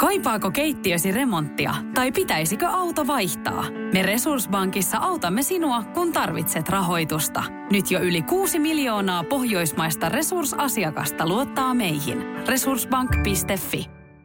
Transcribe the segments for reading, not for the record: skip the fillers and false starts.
Kaipaako keittiösi remonttia tai pitäisikö auto vaihtaa? Me Resurssbankissa autamme sinua, kun tarvitset rahoitusta. Nyt jo yli 6 miljoonaa pohjoismaista resursasiakasta luottaa meihin. Resurssbank.fi.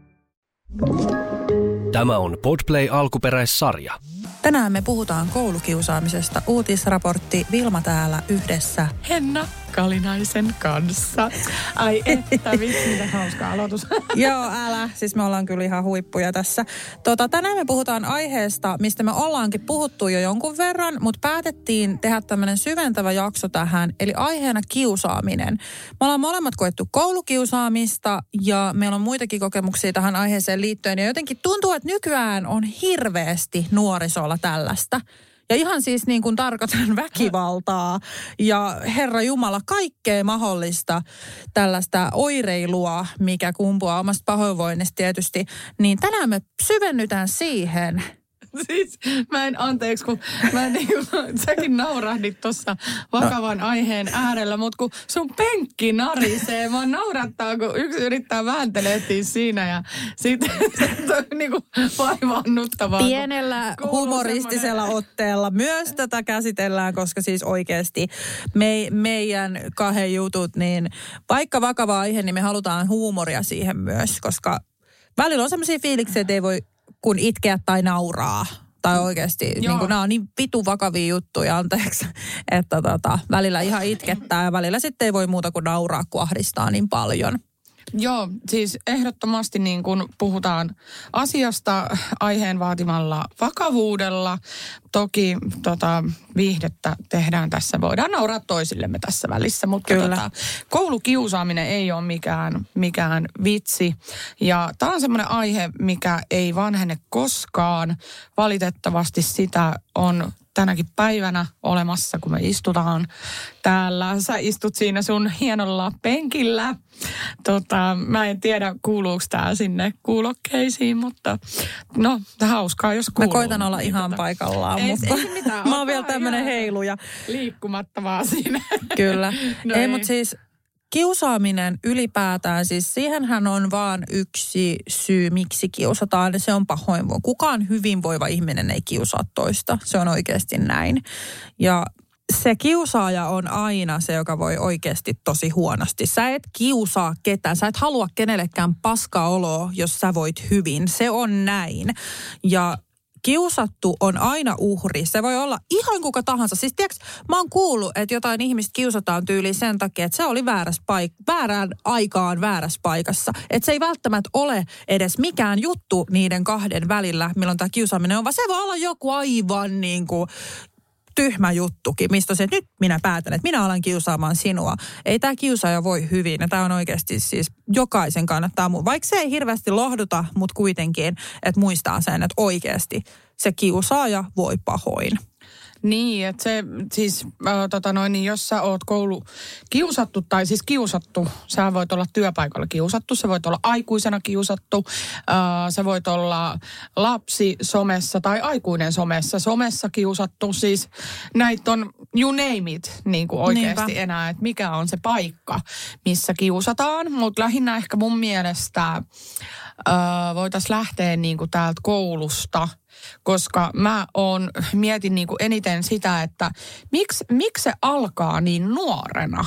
Tämä on Podplay alkuperäissarja. Tänään me puhutaan koulukiusaamisesta. Uutisraportti Vilma täällä yhdessä Henna Kalinaisen kanssa. Ai että, vitsi, mitä hauska aloitus. Joo, älä. Siis me ollaan kyllä ihan huippuja tässä. Tänään me puhutaan aiheesta, mistä me ollaankin puhuttu jo jonkun verran, mutta päätettiin tehdä tämmöinen syventävä jakso tähän, eli aiheena kiusaaminen. Me ollaan molemmat koettu koulukiusaamista ja meillä on muitakin kokemuksia tähän aiheeseen liittyen. Ja jotenkin tuntuu, että nykyään on hirveästi nuorisolla tällaista. Ja ihan siis niin kuin tarkoitan väkivaltaa ja Herra Jumala kaikkea mahdollista tällaista oireilua, mikä kumpuaa omasta pahoinvoinnista tietysti. Niin tänään me syvennytään siihen. Siis anteeksi, kun säkin naurahdit tuossa vakavan aiheen äärellä, mutta kun sun penkki narisee, mä naurattaa, kun yksi yrittää vääntelehtiä siinä ja sitten on niinku vaivannuttavaa. Pienellä humoristisella otteella myös tätä käsitellään, koska siis oikeasti meidän kahden jutut, niin vaikka vakava aihe, niin me halutaan huumoria siihen myös, koska välillä on sellaisia fiiliksiä, että ei voi kun itkeä tai nauraa. Tai oikeasti, niin kun nämä on niin vitu vakavia juttuja, anteeksi, että välillä ihan itkettää ja välillä sitten ei voi muuta kuin nauraa, kun ahdistaa niin paljon. Joo, siis ehdottomasti niin kun puhutaan asiasta aiheen vaatimalla vakavuudella. Toki viihdettä tehdään tässä, voidaan nauraa toisillemme tässä välissä, mutta koulukiusaaminen ei ole mikään vitsi. Ja tämä on semmoinen aihe, mikä ei vanhene koskaan. Valitettavasti sitä on tänäkin päivänä olemassa, kun me istutaan täällä. Sä istut siinä sun hienolla penkillä. Mä en tiedä, kuuluuko tää sinne kuulokkeisiin, mutta no, hauskaa, jos kuuluu. Mä koitan olla ihan paikallaan, mutta ei mitään, mä oon vielä tämmönen heiluja. Liikkumatta vaan siinä. Kyllä. No ei, mutta siis kiusaaminen ylipäätään, siis siihenhän on vaan yksi syy, miksi kiusataan, ja se on pahoinvointi. Kukaan hyvinvoiva ihminen ei kiusaa toista. Se on oikeasti näin. Ja se kiusaaja on aina se, joka voi oikeasti tosi huonosti. Sä et kiusaa ketään. Sä et halua kenellekään paskaa oloa, jos sä voit hyvin. Se on näin. Ja kiusattu on aina uhri. Se voi olla ihan kuka tahansa. Siis tiiäks, mä oon kuullut, että jotain ihmistä kiusataan tyyliin sen takia, että se oli väärään aikaan väärässä paikassa. Että se ei välttämättä ole edes mikään juttu niiden kahden välillä, milloin tämä kiusaaminen on, vaan se voi olla joku aivan niin kuin tyhmä juttukin, mistä se, että nyt minä päätän, että minä alan kiusaamaan sinua. Ei tämä kiusaaja voi hyvin, ja tämä on oikeasti siis jokaisen kannattaa, vaikka se ei hirveästi lohduta, mutta kuitenkin, että muistaa sen, että oikeasti se kiusaaja voi pahoin. Niin, että se siis, jos sä oot koulukiusattu tai siis kiusattu, sä voit olla työpaikalla kiusattu, sä voit olla aikuisena kiusattu, sä voit olla lapsi somessa tai aikuinen somessa kiusattu, siis näitä on you name it niin kuin oikeasti enää, että mikä on se paikka, missä kiusataan, mutta lähinnä ehkä mun mielestä voitaisiin lähteä niin kuin täältä koulusta, koska mä mietin niin kuin eniten sitä, että miksi se alkaa niin nuorena?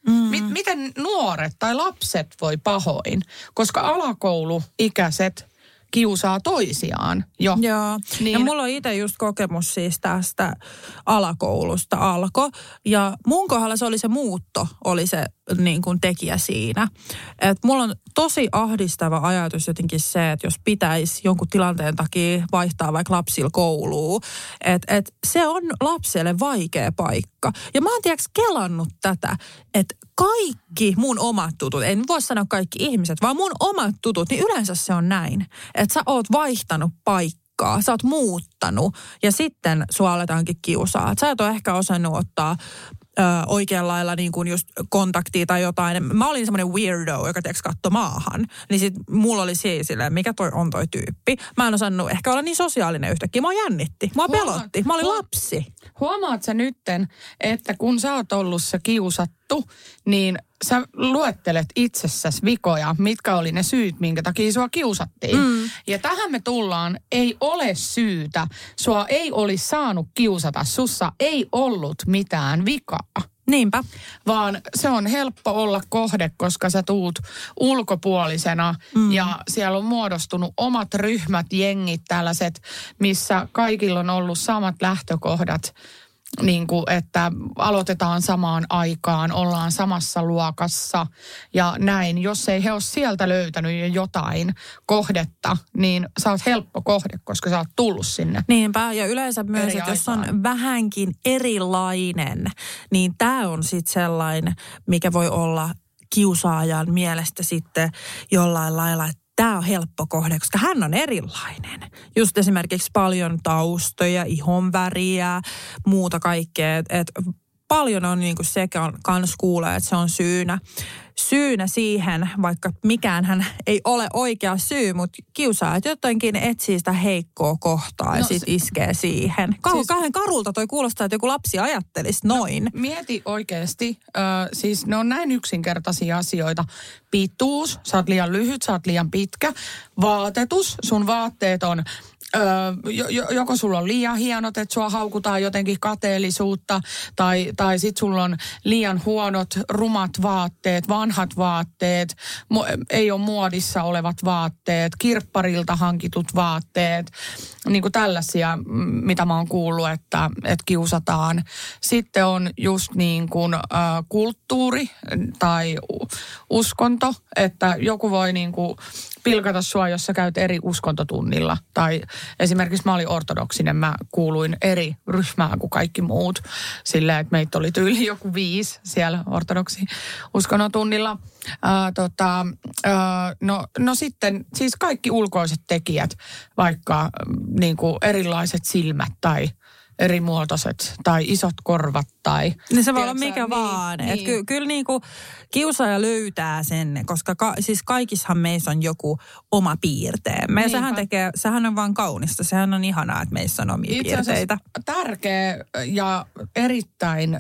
Miten nuoret tai lapset voi pahoin? Koska alakouluikäiset kiusaa toisiaan jo. Joo, niin. Ja mulla on itse just kokemus siis tästä alakoulusta ja mun kohdalla se oli se muutto, oli se niin kuin tekijä siinä. Että mulla on tosi ahdistava ajatus jotenkin se, että jos pitäisi jonkun tilanteen takia vaihtaa vaikka lapsilla kouluun, että se on lapselle vaikea paikka. Ja mä oon tiiäks kelannut tätä, että kaikki mun omat tutut, en voi sanoa kaikki ihmiset, vaan mun omat tutut, niin yleensä se on näin. Että sä oot vaihtanut paikkaa, sä oot muuttanut ja sitten sua aletaankin kiusaa. Sä et ole ehkä osannut ottaa oikealla lailla niin kuin just kontaktia tai jotain. Mä olin semmoinen weirdo, joka katsoi maahan. Niin sit mulla oli silleen, mikä on toi tyyppi. Mä en osannut ehkä olla niin sosiaalinen yhtäkkiä. Mua jännitti, mua pelotti. Mä olin lapsi. Huomaat sä nytten, että kun sä oot ollut se kiusattu kiusattu, niin sä luettelet itsessäsi vikoja, mitkä oli ne syyt, minkä takia sua kiusattiin. Ja tähän me tullaan, ei ole syytä. Sua ei olisi saanut kiusata, sussa ei ollut mitään vikaa. Niinpä. Vaan se on helppo olla kohde, koska sä tuut ulkopuolisena ja siellä on muodostunut omat ryhmät, jengit, tällaiset, missä kaikilla on ollut samat lähtökohdat. Niin kuin, että aloitetaan samaan aikaan, ollaan samassa luokassa ja näin. Jos ei he ole sieltä löytänyt jo jotain kohdetta, niin sä oot helppo kohde, koska sä oot tullut sinne. Niinpä, ja yleensä myös, että jos on vähänkin erilainen, niin tää on sitten sellainen, mikä voi olla kiusaajan mielestä sitten jollain lailla, että tämä on helppo kohde, koska hän on erilainen. Just esimerkiksi paljon taustoja, ihonväriä, muuta kaikkea. Et paljon on niinku se kans kuulee, että se on syynä siihen, vaikka mikäänhän ei ole oikea syy, mutta kiusaajat jotenkin etsii sitä heikkoa kohtaa ja sitten iskee siihen. Kauhean karulta toi kuulostaa, että joku lapsi ajattelisi noin. No, mieti oikeasti. Siis ne on näin yksinkertaisia asioita. Pituus, sä oot liian lyhyt, sä oot liian pitkä. Vaatetus, sun vaatteet on... joko sulla on liian hienot, että sua haukutaan jotenkin kateellisuutta, tai sit sulla on liian huonot, rumat vaatteet, vanhat vaatteet, ei ole muodissa olevat vaatteet, kirpparilta hankitut vaatteet, niin kuin tällaisia, mitä mä oon kuullut, että kiusataan. Sitten on just niin kuin kulttuuri tai uskonto, että joku voi niin kuin pilkata sua, jos sä käyt eri uskontotunnilla. Tai esimerkiksi mä olin ortodoksinen, mä kuuluin eri ryhmään kuin kaikki muut. Silleen, että meitä oli tyyli joku 5 siellä ortodoksi uskontotunnilla. No sitten siis kaikki ulkoiset tekijät, vaikka niin kuin erilaiset silmät tai erimuotoiset tai isot korvat tai... Niin se voi olla mikä vaan. Niin. Kyllä niinku kiusaaja löytää sen, koska siis kaikissahan meissä on joku oma piirteemme. Ja sehän on vaan kaunista. Sehän on ihanaa, että meissä on omia piirteitä. Tärkeä ja erittäin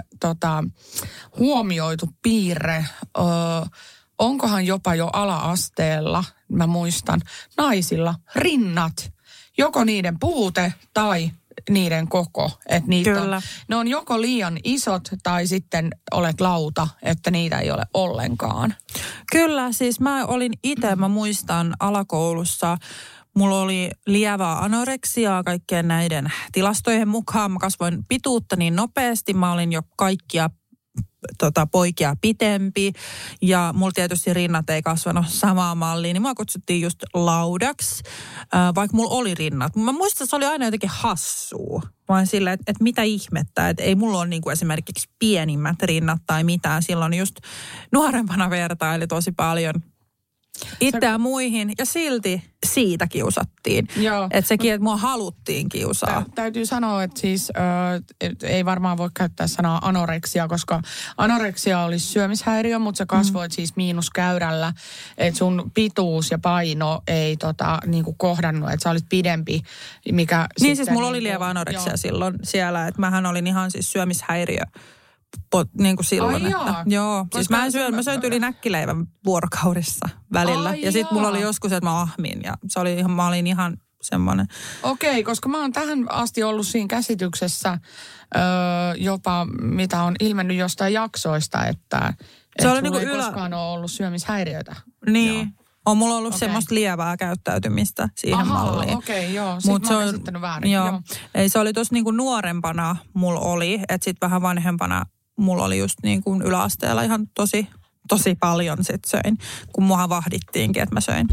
huomioitu piirre. Onkohan jopa jo ala-asteella, mä muistan, naisilla rinnat. Joko niiden puute tai niiden koko. Että ne on joko liian isot tai sitten olet lauta, että niitä ei ole ollenkaan. Kyllä, siis mä muistan alakoulussa, mulla oli lievää anoreksiaa kaikkien näiden tilastojen mukaan. Mä kasvoin pituutta niin nopeasti, mä olin jo kaikkia poikia pitempi ja mulla tietysti rinnat ei kasvanut samaa malliin, niin mua kutsuttiin just laudaksi, vaikka mulla oli rinnat. Mä muistan, että se oli aina jotenkin hassua, vaan silleen, että mitä ihmettä, että ei mulla ole niinku esimerkiksi pienimmät rinnat tai mitään. Silloin just nuorempana vertaili tosi paljon itseä muihin ja silti siitä kiusattiin. Että sekin, että mua haluttiin kiusaa. Täytyy sanoa, että siis ei varmaan voi käyttää sanaa anoreksia, koska anoreksia olisi syömishäiriö, mutta sä kasvoit siis miinuskäyrällä, että sun pituus ja paino ei niinku kohdannut, että sä olit pidempi, mikä niin siis mulla oli lievä anoreksia silloin siellä, että mähän olin ihan siis syömishäiriö. Niin kuin silloin, siis mä söin yli näkkileivän vuorokaudessa välillä. Ja sitten mulla oli joskus, että mä ahmin ja mä olin ihan semmoinen. Okei, koska mä oon tähän asti ollut siinä käsityksessä jopa, mitä on ilmennyt jostain jaksoista, että se oli niinku ei koskaan ole ollut syömishäiriöitä. Niin. On mulla ollut semmoista lievää käyttäytymistä siihen malliin. Okei, joo. Sitten mä oon käsittänyt väärin. Joo. Ei, se oli tossa niinku nuorempana mulla oli, että sitten vähän vanhempana mulla oli just niin kuin yläasteella ihan tosi paljon sit söin, kun muahan vahdittiinkin, että mä söin.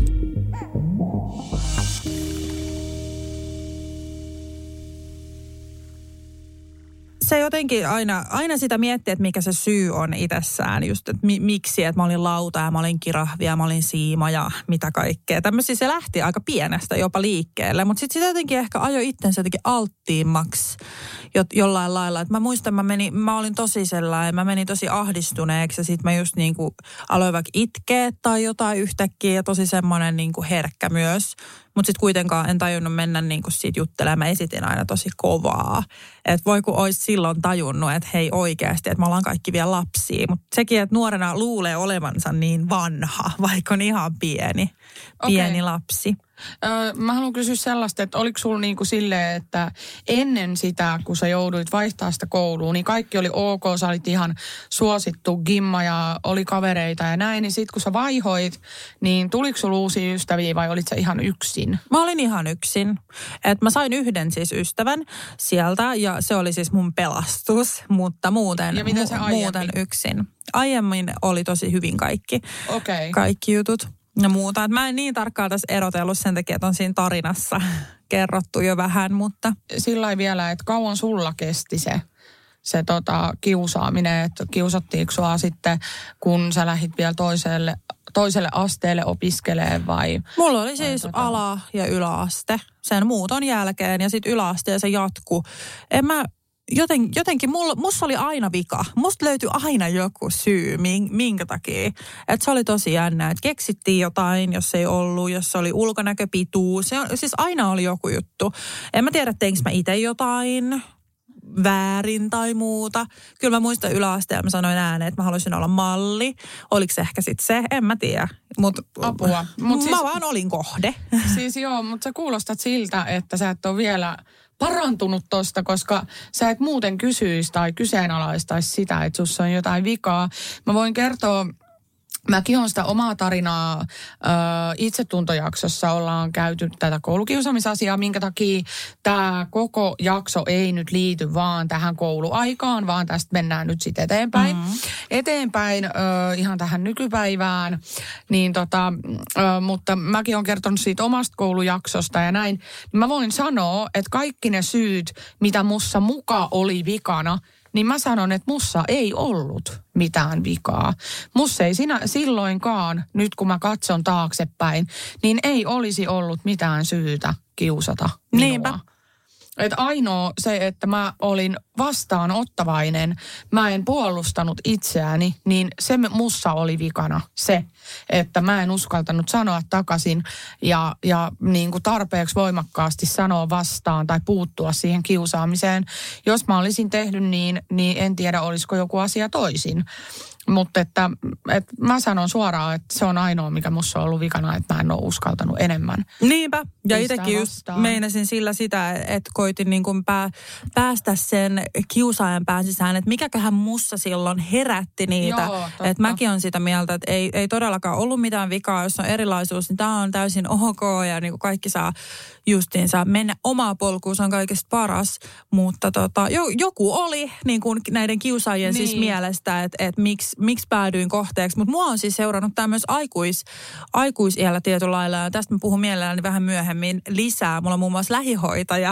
Se jotenkin aina sitä miettii, että mikä se syy on itsessään. Just, että miksi, että mä olin lauta ja mä olin kirahvia, mä olin siima ja mitä kaikkea. Tämmöisiä se lähti aika pienestä jopa liikkeelle, mutta sitten sitä jotenkin ehkä ajoi itsensä jotenkin alttiimmaksi jollain lailla. Että mä muistan, mä olin tosi sellainen, mä menin tosi ahdistuneeksi ja sit mä just niinku aloin vaikka itkeä tai jotain yhtäkkiä ja tosi semmoinen niinku herkkä myös. Mutta sitten kuitenkaan en tajunnut mennä niinku siitä juttelemaan. Mä esitin aina tosi kovaa. Että voi kun olisi silloin tajunnut, että hei oikeasti, että me ollaan kaikki vielä lapsia. Mutta sekin, että nuorena luulee olevansa niin vanha, vaikka on ihan pieni lapsi. Mä haluan kysyä sellaista, että oliko sulla niinku silleen, että ennen sitä, kun sä jouduit vaihtaa sitä kouluun, niin kaikki oli ok, sä olit ihan suosittu gimma ja oli kavereita ja näin, niin sit kun sä vaihoit, niin tuliko sulla uusia ystäviä vai olit sä ihan yksin? Mä olin ihan yksin. Et mä sain yhden siis ystävän sieltä ja se oli siis mun pelastus, mutta muuten yksin. Aiemmin oli tosi hyvin kaikki jutut. Ja muuta. Et mä en niin tarkkaan tässä erotellut sen takia, että on siinä tarinassa kerrottu jo vähän, mutta... Sillä vielä, että kauan sulla kesti se kiusaaminen, että kiusattiinko sua sitten, kun sä lähdit vielä toiselle asteelle opiskelemaan vai... Mulla oli siis ala- ja yläaste sen muuton jälkeen ja sitten yläaste se jatkuu. Jotenkin musta oli aina vika. Musta löytyi aina joku syy, minkä takia. Että se oli tosi jännä, että keksittiin jotain, jos ei ollut, jos se oli ulkonäköpituus. Siis aina oli joku juttu. En mä tiedä, teinkö mä itse jotain väärin tai muuta. Kyllä mä muistan yläasteella, mä sanoin ääneen, että mä haluaisin olla malli. Oliko se ehkä sitten se? En mä tiedä. Apua. Mä vaan olin kohde. Siis joo, mutta sä kuulostat siltä, että sä et ole vielä parantunut tosta, koska sä et muuten kysyisi tai kyseenalaistaisi sitä, että sussa on jotain vikaa. Mä voin kertoa, mäkin on sitä omaa tarinaa itsetuntojaksossa ollaan käyty tätä koulukiusaamisasiaa, minkä takia tämä koko jakso ei nyt liity vaan tähän kouluaikaan, vaan tästä mennään nyt sitten eteenpäin. Eteenpäin ihan tähän nykypäivään, niin mutta mäkin olen kertonut siitä omasta koulujaksosta ja näin. Mä voin sanoa, että kaikki ne syyt, mitä mussa muka oli vikana, niin mä sanon, että mussa ei ollut mitään vikaa. Mussa ei silloinkaan, nyt kun mä katson taaksepäin, niin ei olisi ollut mitään syytä kiusata minua. Niinpä. Että ainoa se, että mä olin vastaanottavainen, mä en puolustanut itseäni, niin se mussa oli vikana se, että mä en uskaltanut sanoa takaisin ja niin kuin tarpeeksi voimakkaasti sanoa vastaan tai puuttua siihen kiusaamiseen. Jos mä olisin tehnyt niin en tiedä, olisiko joku asia toisin. Mutta että mä sanon suoraan, että se on ainoa, mikä musta on ollut vikana, että mä en ole uskaltanut enemmän. Niinpä. Ja itsekin just meinasin sillä sitä, että koitin niin kuin päästä sen kiusaajan pään sisään, että mikäköhän mussa silloin herätti niitä. Että mäkin on sitä mieltä, että ei todellakaan ollut mitään vikaa, jos on erilaisuus, niin tämä on täysin ok ja niin kuin kaikki saa justiinsa mennä omaa polkuun, se on kaikista paras. Mutta joku oli niin kuin näiden kiusaajien siis mielestä, että miksi päädyin kohteeksi. Mutta mua on siis seurannut tämä myös aikuisiällä tietyllä lailla. Ja tästä mä puhun mielelläni vähän myöhemmin lisää. Mulla on muun muassa lähihoitaja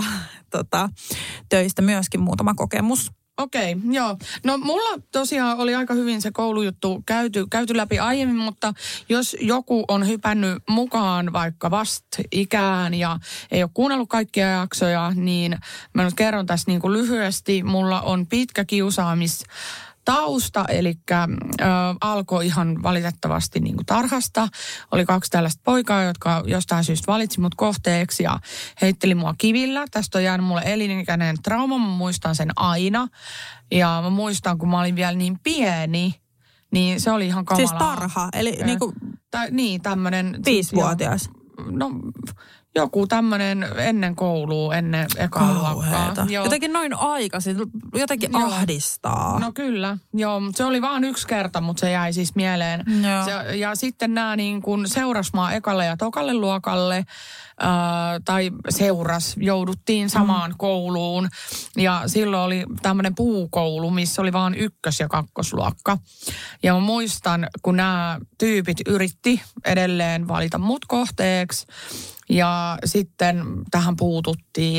töistä myöskin muutama kokemus. Okei, joo. No mulla tosiaan oli aika hyvin se koulujuttu käyty läpi aiemmin, mutta jos joku on hypännyt mukaan vaikka ikään ja ei ole kuunnellut kaikkia jaksoja, niin mä nyt kerron tässä niin kuin lyhyesti. Mulla on pitkä kiusaamistausta, eli alkoi ihan valitettavasti niin kuin tarhasta. Oli 2 tällaista poikaa, jotka jostain syystä valitsi mut kohteeksi ja heitteli mua kivillä. Tästä on jäänyt mulle elinikäinen trauma, mä muistan sen aina. Ja mä muistan, kun mä olin vielä niin pieni, niin se oli ihan kamalaa. Siis tarha, eli niinku... tämmönen... 5-vuotias. No... Joku tämmöinen ennen koulua, ennen ekaa luokkaa. Jotenkin noin aikaisin, jotenkin ahdistaa. No kyllä, joo. Se oli vaan 1 kerta, mutta se jäi siis mieleen. Ja sitten nämä niin kuin seurasi mua ekalle ja tokalle luokalle. Jouduttiin samaan kouluun. Ja silloin oli tämmöinen puukoulu, missä oli vaan 1- ja 2-luokka. Ja mä muistan, kun nämä tyypit yritti edelleen valita mut kohteeksi. Ja sitten tähän puututtiin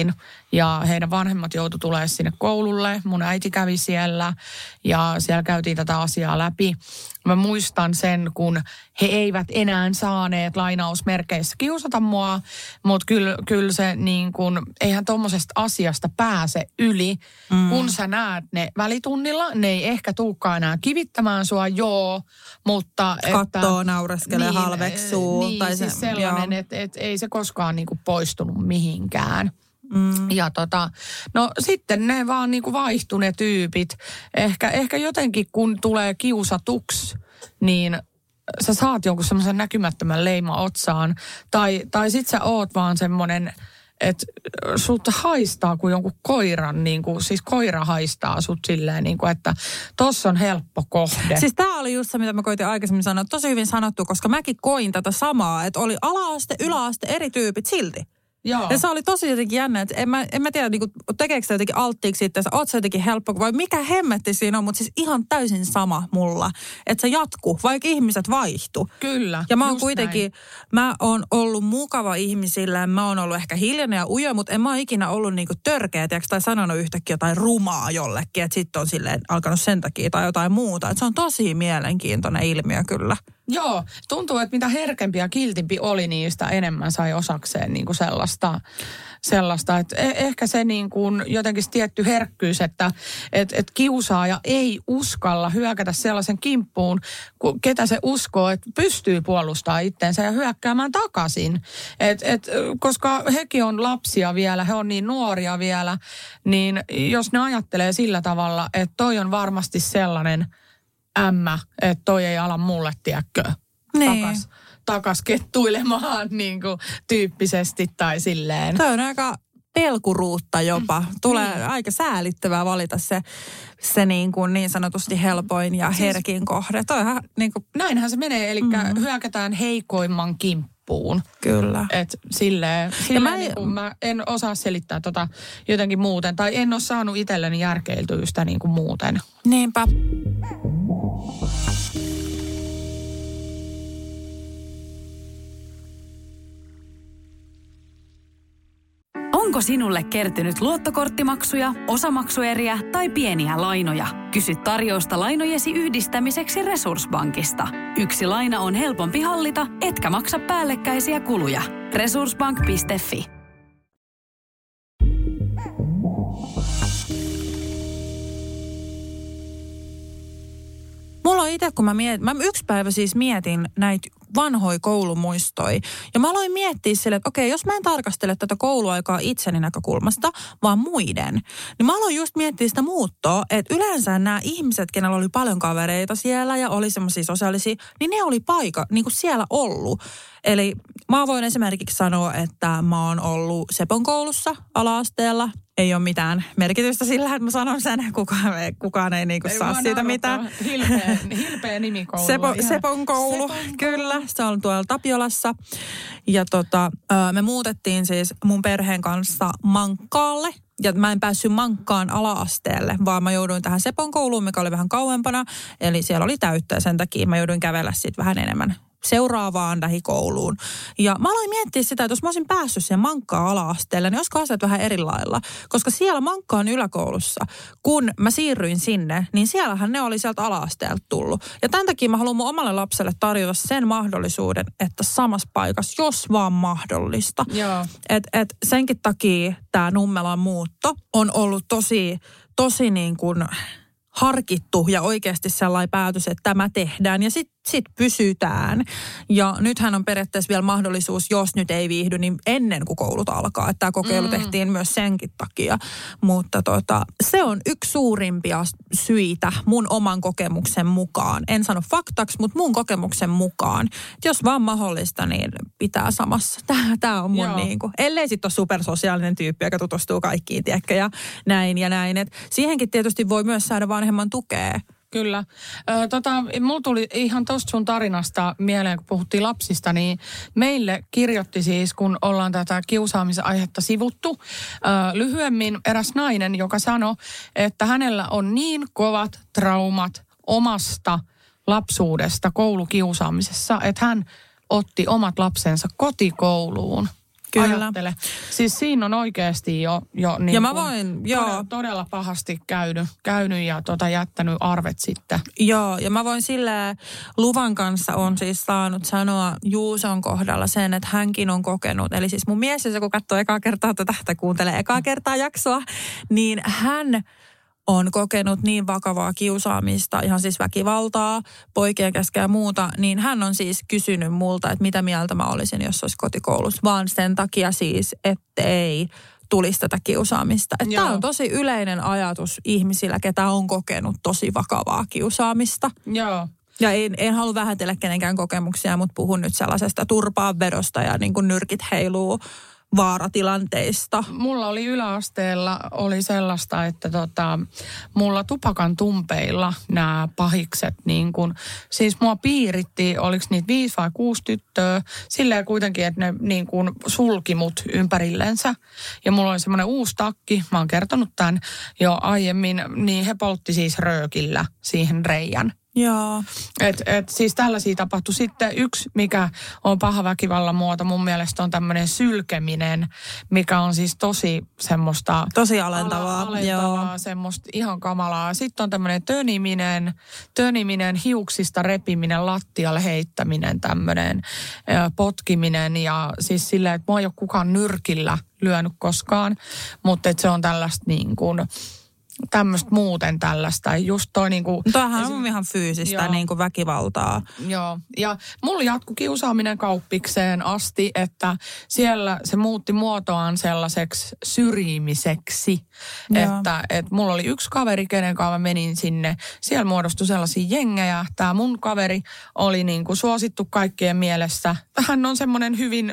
ja heidän vanhemmat joutu tulemaan sinne koululle. Mun äiti kävi siellä ja siellä käytiin tätä asiaa läpi. Mä muistan sen, kun he eivät enää saaneet lainausmerkeissä kiusata mua, mutta kyllä se niin kuin, eihän tommosesta asiasta pääse yli. Kun sä näet ne välitunnilla, ne ei ehkä tuukaan enää kivittämään sua, mutta... Kattoo, naureskelee, halveksuu. Niin, tai siis sellainen, että ei se koskaan niin kuin poistunut mihinkään. Ja no sitten ne vaan niinku vaihtui ne tyypit. Ehkä jotenkin kun tulee kiusatuksi, niin sä saat jonkun semmoisen näkymättömän leima otsaan. Tai sit sä oot vaan semmonen, että sut haistaa kuin jonkun koiran, niinku, siis koira haistaa sut silleen, niinku, että tossa on helppo kohde. Siis tää oli just se, mitä mä koitin aikaisemmin sanoa. Tosi hyvin sanottu, koska mäkin koin tätä samaa, että oli ala-aste, yläaste, eri tyypit silti. Joo. Ja se oli tosi jotenkin jännä, että en mä tiedä, niin kuin, tekeekö se jotenkin alttiiksi itse, oot se jotenkin helppo, vai mikä hemmetti siinä on, mutta siis ihan täysin sama mulla, että se jatkuu, vaikka ihmiset vaihtuu. Kyllä. Ja mä oon kuitenkin, mä oon ollut mukava ihmisillä, mä oon ollut ehkä hiljainen ja ujo, mutta en mä ole ikinä ollut niinku törkeä, tai sanonut yhtäkkiä jotain rumaa jollekin, että sitten on silleen alkanut sen takia tai jotain muuta. Että se on tosi mielenkiintoinen ilmiö kyllä. Joo, tuntuu, että mitä herkempi ja kiltimpi oli, niin sitä enemmän sai osakseen niin kuin sellaista, että ehkä se niin kuin jotenkin tietty herkkyys, että kiusaaja ei uskalla hyökätä sellaisen kimppuun, ketä se uskoo, että pystyy puolustamaan itseensä ja hyökkäämään takaisin. Koska hekin on lapsia vielä, he on niin nuoria vielä, niin jos ne ajattelee sillä tavalla, että toi on varmasti sellainen että toi ei ala mulle, tiedätkö, takas kettuilemaan niin kuin tyyppisesti tai silleen. Toi on aika pelkuruutta jopa. Tulee aika säälittävää valita se niin sanotusti helpoin ja herkin kohde. Toihan niin kuin... Näinhän se menee, eli hyökätään heikoimman kimppuun. Kyllä. Että silleen mä en osaa selittää jotenkin muuten, tai en ole saanut itselleni järkeiltyä sitä niin kuin muuten. Niinpä. Onko sinulle kertynyt luottokorttimaksuja, osamaksueriä tai pieniä lainoja? Kysy tarjousta lainojesi yhdistämiseksi Resurssbankista. Yksi laina on helpompi hallita, etkä maksa päällekkäisiä kuluja. Resurssbank.fi. Mulla on itse, kun mä yksi päivä siis mietin näitä vanhoja koulumuistoja. Ja mä aloin miettiä sille, että okei, jos mä en tarkastele tätä kouluaikaa itseni näkökulmasta, vaan muiden, niin mä aloin just miettiä sitä muuttoa, että yleensä nämä ihmiset, kenellä oli paljon kavereita siellä ja oli semmoisia sosiaalisia, niin ne oli niin kuin siellä ollut. Eli mä voin esimerkiksi sanoa, että mä oon ollut Sepon koulussa ala-asteella. Ei ole mitään merkitystä sillä, että mä sanon sen, kukaan ei niinku saa siitä mitään. Hilpeä nimikoulu. Sepon koulu, kyllä. Se on tuolla Tapiolassa. Ja me muutettiin siis mun perheen kanssa Mankkaalle. Ja mä en päässyt Mankkaan ala-asteelle, vaan mä jouduin tähän Sepon kouluun, mikä oli vähän kauempana. Eli siellä oli täyttä ja sen takia mä jouduin kävellä siitä vähän enemmän seuraavaan lähikouluun. Ja mä aloin miettiä sitä, että jos mä olisin päässyt siihen Mankkaan ala-asteelle, niin olisiko asiat vähän eri lailla. Koska siellä Mankkaan yläkoulussa, kun mä siirryin sinne, niin siellähän ne oli sieltä ala-asteelta tullut. Ja tämän takia mä haluan mun omalle lapselle tarjota sen mahdollisuuden, että samassa paikassa, jos vaan mahdollista. Et senkin takia tämä Nummelan muutto on ollut tosi niin kuin harkittu ja oikeasti sellainen päätös, että tämä tehdään ja sit pysytään. Ja nythän on periaatteessa vielä mahdollisuus, jos nyt ei viihdy, niin ennen kuin koulut alkaa. Että tämä kokeilu tehtiin myös senkin takia. Mutta se on yksi suurimpia syitä mun oman kokemuksen mukaan. En sano faktaksi, mutta mun kokemuksen mukaan. Että jos vaan mahdollista, niin pitää samassa. Tämä on mun ellei sitten ole supersosiaalinen tyyppi, joka tutustuu kaikkiin, tiedäkö, ja näin. Et siihenkin tietysti voi myös saada vanhemman tukea. Kyllä. Mulla tuli ihan tosta sun tarinasta mieleen, kun puhuttiin lapsista, niin meille kirjoitti siis, kun ollaan tätä kiusaamisen aihetta sivuttu, lyhyemmin eräs nainen, joka sanoi, että hänellä on niin kovat traumat omasta lapsuudesta koulukiusaamisessa, että hän otti omat lapsensa kotikouluun. Kyllä. Ajattele. Siis siinä on oikeasti jo niin ja mä voin, todella pahasti käynyt ja jättänyt arvet sitten. Joo, ja mä voin silleen, Luvan kanssa on siis saanut sanoa Juuson kohdalla sen, että hänkin on kokenut. Eli siis mun mies, kun katsoo ekaa kertaa tai kuuntelee ekaa kertaa jaksoa, niin hän on kokenut niin vakavaa kiusaamista, ihan siis väkivaltaa, poikien kesken ja muuta, niin hän on siis kysynyt multa, että mitä mieltä mä olisin, jos olisi kotikoulussa, vaan sen takia siis, ettei tulisi tätä kiusaamista. Tämä on tosi yleinen ajatus ihmisillä, ketä on kokenut tosi vakavaa kiusaamista. Joo. Ja en halua vähätellä kenenkään kokemuksia, mutta puhun nyt sellaisesta turpaanvedosta ja niin kuin nyrkit heiluu vaaratilanteista. Mulla oli yläasteella sellaista, että mulla tupakan tumpeilla nämä pahikset niin kun, siis mua piiritti, oliko niitä 5 vai 6 tyttöä, silleen kuitenkin, että ne niin kun sulki mut ympärillensä. Ja mulla oli semmoinen uusi takki, mä oon kertonut tämän jo aiemmin, niin he poltti siis röökillä siihen reijän. Joo. Siis tällaisia tapahtui. Sitten yksi, mikä on paha väkivallan muoto mun mielestä on tämmöinen sylkeminen, mikä on siis tosi semmoista... Tosi alentavaa. Joo. Semmoista ihan kamalaa. Sitten on tämmöinen töniminen, hiuksista repiminen, lattialle heittäminen, tämmöinen potkiminen ja siis silleen, että mua ei ole kukaan nyrkillä lyönyt koskaan, mutta se on tällaista niin kuin... tämmöistä muuten tällaista. Just toi niinku... Tämähän on ihan fyysistä niinku väkivaltaa. Joo. Ja mulla jatkui kiusaaminen kauppikseen asti, että siellä se muutti muotoaan sellaiseksi syrjimiseksi. Että mulla oli yksi kaveri, kenen kanssa mä menin sinne. Siellä muodostui sellaisia jengejä. Tämä mun kaveri oli niinku suosittu kaikkien mielessä. Hän on semmoinen hyvin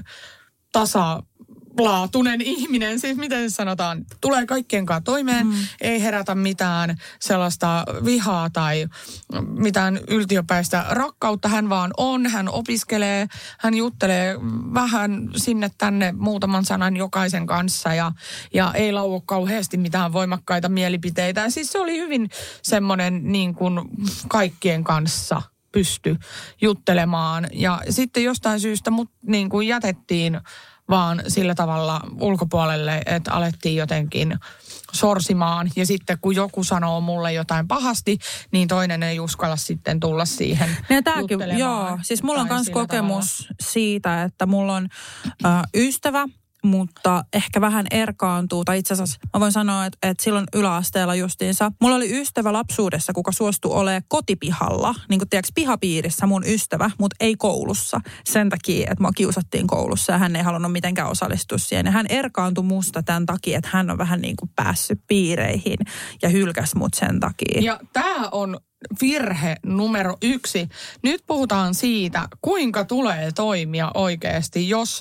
tasalaatuinen ihminen, siis miten sanotaan, tulee kaikkien kanssa toimeen, ei herätä mitään sellaista vihaa tai mitään yltiöpäistä rakkautta, hän vaan on, hän opiskelee, hän juttelee vähän sinne tänne muutaman sanan jokaisen kanssa ja ei lauo kauheasti mitään voimakkaita mielipiteitä. Ja siis se oli hyvin semmoinen niin kuin kaikkien kanssa pysty juttelemaan ja sitten jostain syystä mut niin kuin jätettiin vaan sillä tavalla ulkopuolelle, että alettiin jotenkin sorsimaan. Ja sitten kun joku sanoo mulle jotain pahasti, niin toinen ei uskalla sitten tulla siihen juttelemaan. Joo, siis mulla on myös kokemus siitä, että mulla on ystävä, mutta ehkä vähän erkaantuu. Tai itse asiassa mä voin sanoa, että silloin yläasteella justiinsa. Mulla oli ystävä lapsuudessa, kuka suostui olemaan kotipihalla, niin kuin tiedätkö, pihapiirissä mun ystävä, mutta ei koulussa. Sen takia, että mua kiusattiin koulussa ja hän ei halunnut mitenkään osallistua siihen. Ja hän erkaantui musta tämän takia, että hän on vähän niin kuin päässyt piireihin ja hylkäsi mut sen takia. Ja tää on virhe numero 1. Nyt puhutaan siitä, kuinka tulee toimia oikeasti, jos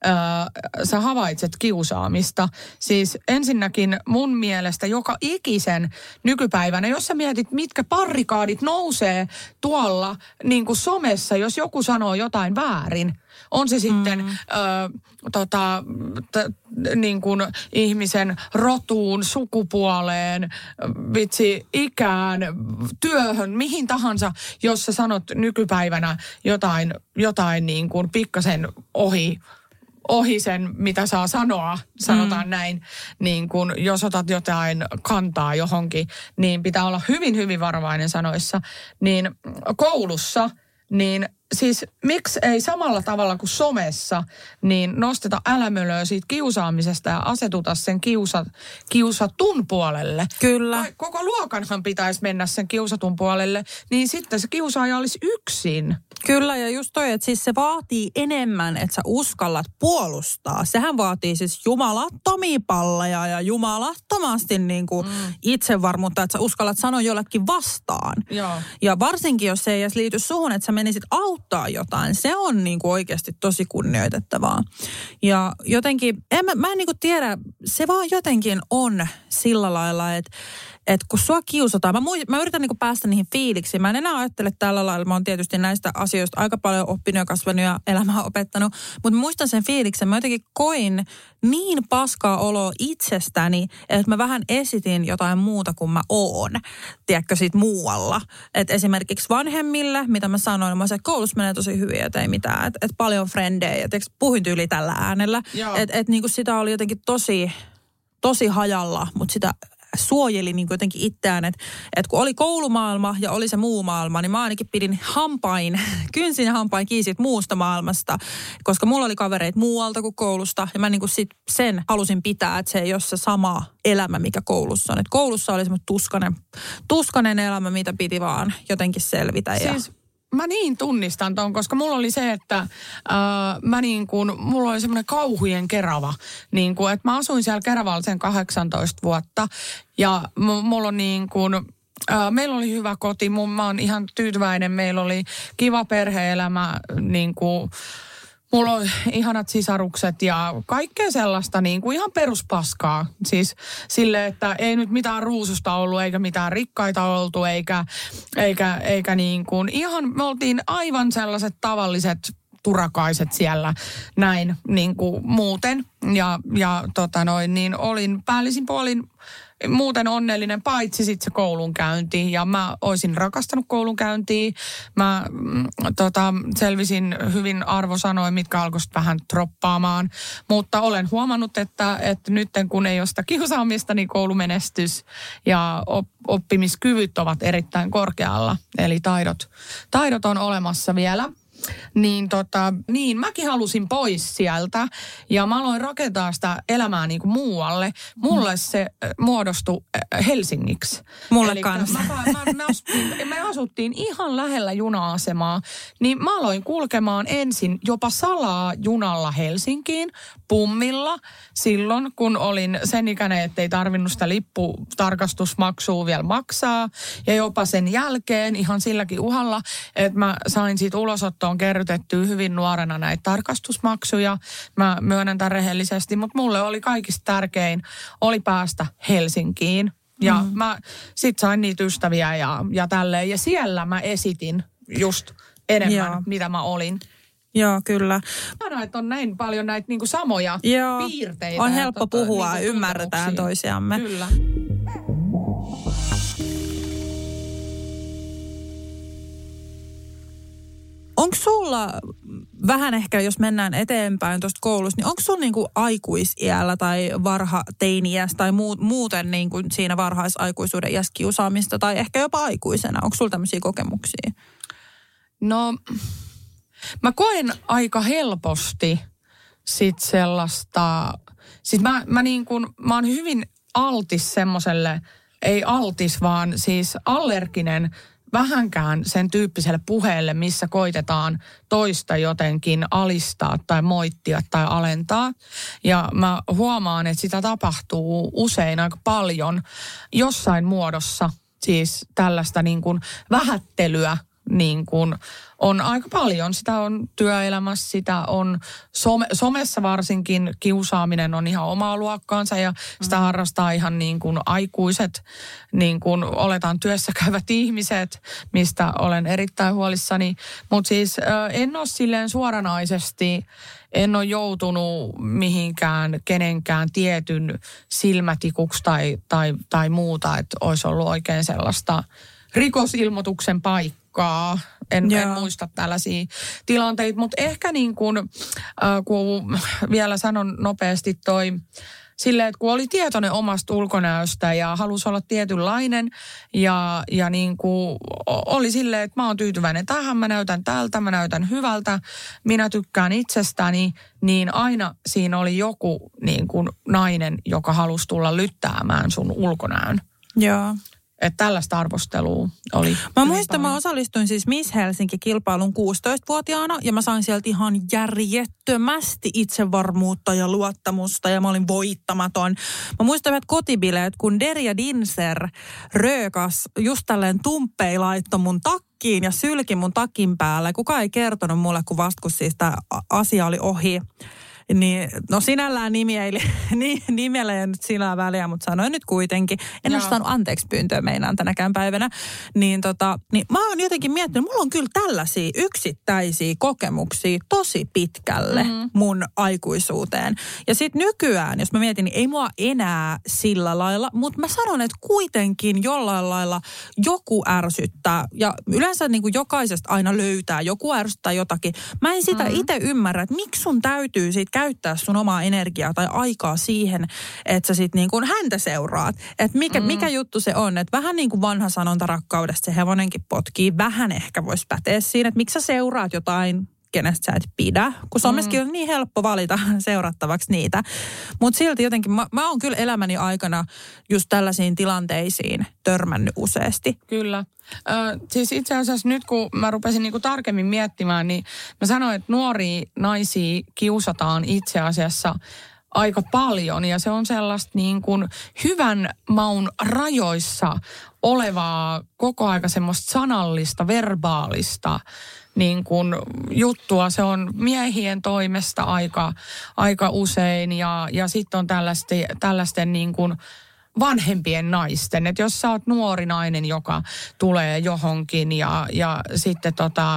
sä havaitset kiusaamista. Siis ensinnäkin mun mielestä joka ikisen nykypäivänä, jos sä mietit, mitkä barrikaadit nousee tuolla niin kuin somessa, jos joku sanoo jotain väärin. On se sitten niin kuin ihmisen rotuun, sukupuoleen, ikään, työhön, mihin tahansa, jos sä sanot nykypäivänä jotain niin kuin pikkasen ohi sen, mitä saa sanoa, sanotaan näin, niin kun jos otat jotain kantaa johonkin, niin pitää olla hyvin, hyvin varovainen sanoissa. Niin koulussa, niin siis miksi ei samalla tavalla kuin somessa, niin nosteta älämölöä siitä kiusaamisesta ja asetuta sen kiusatun puolelle. Kyllä. Koko luokanhan pitäisi mennä sen kiusatun puolelle, niin sitten se kiusaaja olisi yksin. Kyllä, ja just toi, että siis se vaatii enemmän, että sä uskallat puolustaa. Sehän vaatii siis jumalattomia palleja ja jumalattomasti niin kuin itsevarmuutta, että sä uskallat sanoa jollekin vastaan. Joo. Ja varsinkin, jos se ei edes liity suhun, että sä menisit auttaa jotain. Se on niin kuin oikeasti tosi kunnioitettavaa. Ja jotenkin, mä en niin kuin tiedä, se vaan jotenkin on sillä lailla, että että kun sua kiusataan, mä yritän niinku päästä niihin fiiliksiin. Mä en enää ajattele tällä lailla. Mä oon tietysti näistä asioista aika paljon oppinut ja kasvanut ja elämää opettanut. Mutta mä muistan sen fiiliksen. Mä jotenkin koin niin paskaa oloa itsestäni, että mä vähän esitin jotain muuta kuin mä oon. Tiedätkö, siitä muualla. Että esimerkiksi vanhemmille, mitä mä sanoin, mä sanoin, että koulussa menee tosi hyvin, että ei mitään. Että paljon frendejä. Puhuin tyyli tällä äänellä. Että niinku sitä oli jotenkin tosi hajalla, mutta sitä suojeli niin jotenkin itseään, että kun oli koulumaailma ja oli se muu maailma, niin mä ainakin pidin kynsin ja hampain kiinni siitä muusta maailmasta, koska mulla oli kavereita muualta kuin koulusta, ja mä niin kuin sit sen halusin pitää, että se ei ole se sama elämä, mikä koulussa on. Että koulussa oli semmoinen tuskanen elämä, mitä piti vaan jotenkin selvitä. Siis mä niin tunnistan ton, koska mulla oli se, että mulla oli semmoinen kauhujen Kerava, niin kuin, että mä asuin siellä Keravalla sen 18 vuotta ja mulla on niin kuin, meillä oli hyvä koti, mä oon ihan tyytyväinen, meillä oli kiva perhe-elämä, niin kuin, mulla on ihanat sisarukset ja kaikkea sellaista niin kuin ihan peruspaskaa. Siis sille, että ei nyt mitään ruususta ollut eikä mitään rikkaita oltu eikä niin kuin ihan me oltiin aivan sellaiset tavalliset turakaiset siellä näin niin kuin muuten. Ja niin olin päällisin puolin muuten onnellinen, paitsi sitten se koulunkäynti. Ja mä oisin rakastanut koulunkäyntiä. Mä selvisin hyvin arvosanoin, mitkä alkoi vähän droppaamaan. Mutta olen huomannut, että nyt kun ei ole sitä kiusaamista, niin koulumenestys ja oppimiskyvyt ovat erittäin korkealla. Eli taidot on olemassa vielä. Niin mäkin halusin pois sieltä ja mä aloin rakentaa sitä elämää niin kuin muualle. Mulle se muodostui Helsingiksi. Mulle kanssa. Me asuttiin ihan lähellä juna-asemaa, niin mä aloin kulkemaan ensin jopa salaa junalla Helsinkiin pummilla silloin, kun olin sen ikäinen, ettei tarvinnut sitä lipputarkastusmaksua vielä maksaa. Ja jopa sen jälkeen ihan silläkin uhalla, että mä sain siitä ulosottoon kerrytettyä hyvin nuorena näitä tarkastusmaksuja. Mä myönnän tämän rehellisesti, mutta mulle oli kaikista tärkein oli päästä Helsinkiin. Ja mä sit sain niitä ystäviä ja tälleen. Ja siellä mä esitin just enemmän, mitä mä olin. Joo, kyllä. Mä että on näin paljon näitä niinku samoja piirteitä. On helppo puhua ja ymmärretään toisiamme. Kyllä. Onko sulla vähän ehkä, jos mennään eteenpäin tuosta koulusta, niin onko sulla niinku aikuisiällä tai varhateini-iässä tai muuten niinku siinä varhaisaikuisuuden iässä kiusaamista tai ehkä jopa aikuisena? Onko sulla tämmöisiä kokemuksia? No, mä koen aika helposti sit sellaista, siis mä oon hyvin altis semmoselle, ei altis vaan siis allerginen vähänkään sen tyyppiselle puheelle, missä koitetaan toista jotenkin alistaa tai moittia tai alentaa. Ja mä huomaan, että sitä tapahtuu usein aika paljon jossain muodossa, siis tällaista niin kuin vähättelyä niin kuin on aika paljon. Sitä on työelämässä, sitä on somessa varsinkin kiusaaminen on ihan omaa luokkaansa ja sitä harrastaa ihan niin kuin aikuiset, niin kuin oletaan työssä käyvät ihmiset, mistä olen erittäin huolissani. Mutta siis en ole silleen suoranaisesti, en ole joutunut mihinkään kenenkään tietyn silmätikuksi tai muuta, että olisi ollut oikein sellaista rikosilmoituksen paikkaa. En muista tällaisia tilanteita, mutta ehkä niin kuin, kun vielä sanon nopeasti silleen, että kun oli tietoinen omasta ulkonäöstä ja halusi olla tietynlainen ja niin kuin oli silleen, että mä oon tyytyväinen tähän, mä näytän tältä, mä näytän hyvältä, minä tykkään itsestäni, niin aina siinä oli joku niin kuin nainen, joka halusi tulla lyttäämään sun ulkonäön. Joo. Että tällaista arvostelua oli. Mä muistan, mä osallistuin siis Miss Helsinki-kilpailun 16-vuotiaana ja mä sain sieltä ihan järjettömästi itsevarmuutta ja luottamusta ja mä olin voittamaton. Mä muistan että kotibileet, kun Derja Dinser röökas just tälleen tumppei laittoi mun takkiin ja sylki mun takin päälle. Kukaan ei kertonut mulle, kun vasta kun siis tää asia oli ohi. Niin, no sinällään nimellä ei nyt sillä väliä, mutta sanoin nyt kuitenkin. En ole saanut anteeksi pyyntöä meinaan tänäkään päivänä. Niin mä oon jotenkin miettinyt, mulla on kyllä tällaisia yksittäisiä kokemuksia tosi pitkälle mun aikuisuuteen. Ja sitten nykyään, jos mä mietin, niin ei mua enää sillä lailla, mutta mä sanon, että kuitenkin jollain lailla joku ärsyttää. Ja yleensä niin kuin jokaisesta aina löytää joku ärsyttää jotakin. Mä en sitä itse ymmärrä, että miksi sun täytyy sit käyttää sun omaa energiaa tai aikaa siihen, että sä sit niin kuin häntä seuraat. Että mikä juttu se on. Että vähän niin kuin vanha sanonta rakkaudesta, se hevonenkin potkii. Vähän ehkä voisi päteä siinä, että miksi sä seuraat jotain, kenestä sä et pidä. Kun somessakin on niin helppo valita seurattavaksi niitä. Mutta silti jotenkin, mä oon kyllä elämäni aikana just tällaisiin tilanteisiin törmännyt useasti. Kyllä. Siis itse asiassa nyt kun mä rupesin niinku tarkemmin miettimään, niin mä sanoin, että nuoria naisia kiusataan itse asiassa aika paljon. Ja se on sellaista niin kuin hyvän maun rajoissa olevaa koko aika semmoista sanallista, verbaalista niin kuin juttua. Se on miehien toimesta aika usein ja sitten on tällaisten niin kuin vanhempien naisten. Että jos sä oot nuori nainen, joka tulee johonkin ja sitten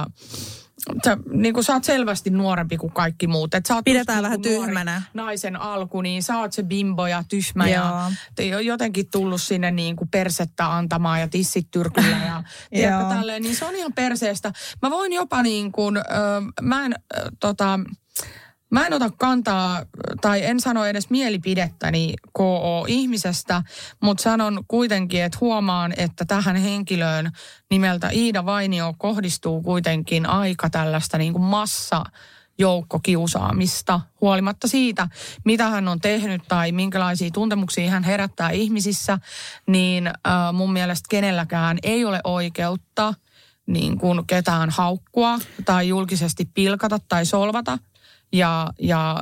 sä oot selvästi nuorempi kuin kaikki muut. Et sä oot pidetään vähän tyhmänä. Naisen alku, niin sä oot se bimbo ja tyhmä ja jotenkin tullut sinne niin kuin persettä antamaan ja tissit tyrkyllä ja tiedätkö tälleen. Niin se on ihan perseestä. Mä voin jopa niin kuin, mä en ota kantaa, tai en sano edes mielipidettäni KO-ihmisestä, mutta sanon kuitenkin, että huomaan, että tähän henkilöön nimeltä Iida Vainio kohdistuu kuitenkin aika tällaista niin kuin massajoukkokiusaamista, huolimatta siitä, mitä hän on tehnyt tai minkälaisia tuntemuksia hän herättää ihmisissä, niin mun mielestä kenelläkään ei ole oikeutta niin kuin ketään haukkua tai julkisesti pilkata tai solvata. Ja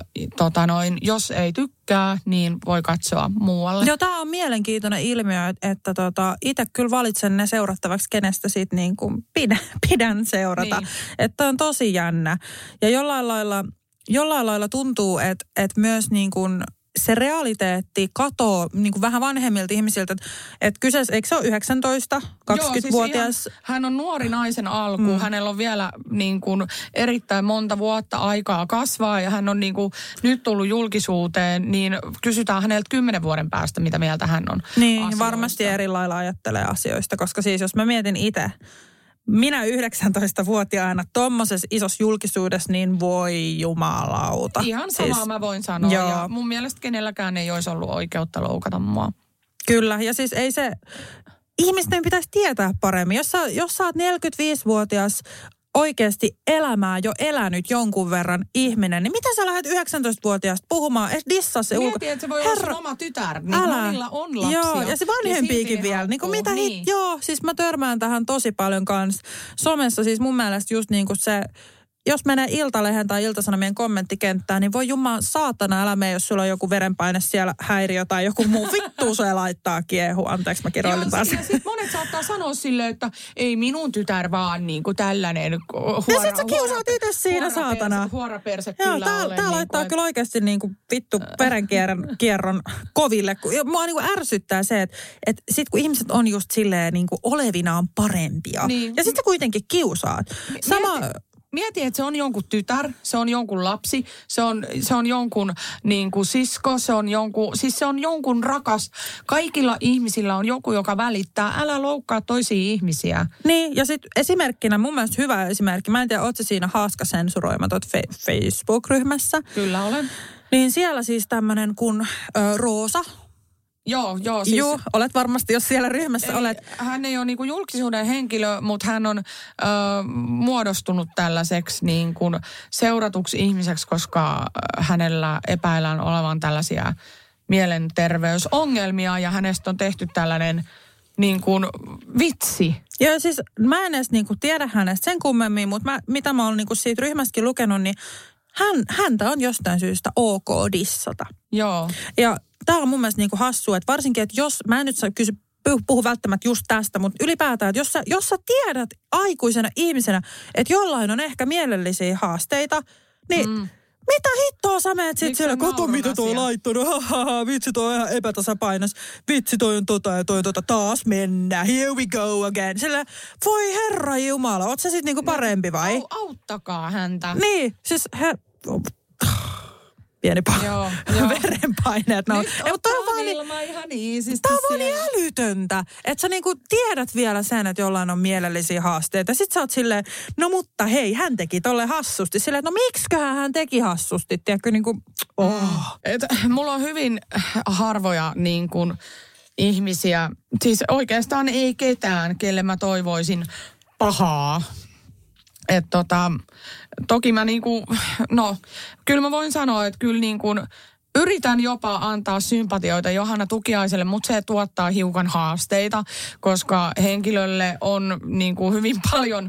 jos ei tykkää, niin voi katsoa muualle. Joo, tämä on mielenkiintoinen ilmiö, että itse kyllä valitsen ne seurattavaksi, kenestä sitten niin kuin pidän seurata. Niin. Että on tosi jännä. Ja jollain lailla tuntuu, että myös niin kuin se realiteetti katoo niin kuin vähän vanhemmilta ihmisiltä, että kyseessä, eikö se ole 19, 20-vuotias? Siis hän on nuori naisen alku, hänellä on vielä niin kuin erittäin monta vuotta aikaa kasvaa ja hän on niin kuin nyt tullut julkisuuteen, niin kysytään häneltä 10 vuoden päästä, mitä mieltä hän on niin, varmasti eri lailla ajattelee asioista, koska siis jos mä mietin itse, minä 19-vuotiaana tommosessa isossa julkisuudessa, niin voi jumalauta. Ihan samaa siis, mä voin sanoa. Joo. Ja mun mielestä kenelläkään ei olisi ollut oikeutta loukata mua. Kyllä, ja siis ei se, ihmisten pitäisi tietää paremmin. Jos sä oot 45-vuotias oikeasti elämää jo elänyt jonkun verran ihminen, niin miten sä lähdet 19-vuotiaasta puhumaan, et dissaa se ulko... Mietin, että se voi olla sun oma tytär, niin monilla on lapsia. Joo, ja se vanhempiikin vielä. Niin kuin mitä niin. Joo, siis mä törmään tähän tosi paljon kanssa. Somessa siis mun mielestä just niin kuin se... Jos menee Iltalehen tai Ilta-Sanomien kommenttikenttään, niin voi jumala saatana, älä mene, jos sulla on joku verenpaine siellä häiriö tai joku muu vittu se laittaa kiehu. Anteeksi, mä kiroilin taas. Ja sitten monet saattaa sanoa silleen, että ei minun tytär vaan niin kuin tällainen huora. Ja sit sä kiusaat itse siinä, saatana. Huoraperse kyllä olen. Tää niin laittaa kyllä oikeasti niin kuin vittu verenkierron koville. Mua niin kuin ärsyttää se, että sit kun ihmiset on just silleen niin kuin olevinaan parempia. Niin. Ja sit sä kuitenkin kiusaat. Mieti, että se on jonkun tytär, se on jonkun lapsi, se on jonkun niin kuin sisko, se on jonkun rakas. Kaikilla ihmisillä on joku, joka välittää. Älä loukkaa toisia ihmisiä. Niin, ja sitten esimerkkinä, mun mielestä hyvä esimerkki. Mä en tiedä, ootko siinä haaskasensuroimatot Facebook-ryhmässä? Kyllä olen. Niin siellä siis tämmönen kuin Roosa. Joo. Siis, joo, olet varmasti, jos siellä ryhmässä olet. Hän ei ole niin kuin julkisuuden henkilö, mutta hän on muodostunut tällaiseksi niin kuin seuratuksi ihmiseksi, koska hänellä epäillään olevan tällaisia mielenterveysongelmia ja hänestä on tehty tällainen niin kuin vitsi. Joo, siis mä en edes niin kuin tiedä hänestä sen kummemmin, mutta mitä mä oon niin kuin siitä ryhmästäkin lukenut, niin häntä on jostain syystä ok dissata. Joo. Ja tämä on mun mielestä niinku hassua, että varsinkin, että jos, mä en nyt puhu välttämättä just tästä, mutta ylipäätään, että jos sä tiedät aikuisena ihmisenä, että jollain on ehkä mielellisiä haasteita, niin Mitä hittoa sä menet sit siellä, kato mitä toi laittanut, vitsi toi on ihan epätasapainos, vitsi toi on tota ja toi on tota, taas mennään, here we go again. Sillä, voi herra jumala, oot sä sit niinku parempi vai? Auttakaa häntä. Niin, siis pieni verenpaineet. No. Nyt on ilma ihan iisisti. Tää on vaan niin älytöntä, että sä niinku tiedät vielä sen, että jollain on mielellisiä haasteita. Sit sä oot silleen, no mutta hei, hän teki tolle hassusti. Silleen, no miksiköhän hän teki hassusti? Tiedätkö niinku, mulla on hyvin harvoja niin kuin ihmisiä, siis oikeastaan ei ketään, kelle mä toivoisin pahaa. Että toki mä niinku, no kyllä mä voin sanoa, että kyllä niinku yritän jopa antaa sympatioita Johanna Tukiaiselle, mutta se tuottaa hiukan haasteita, koska henkilölle on niinku hyvin paljon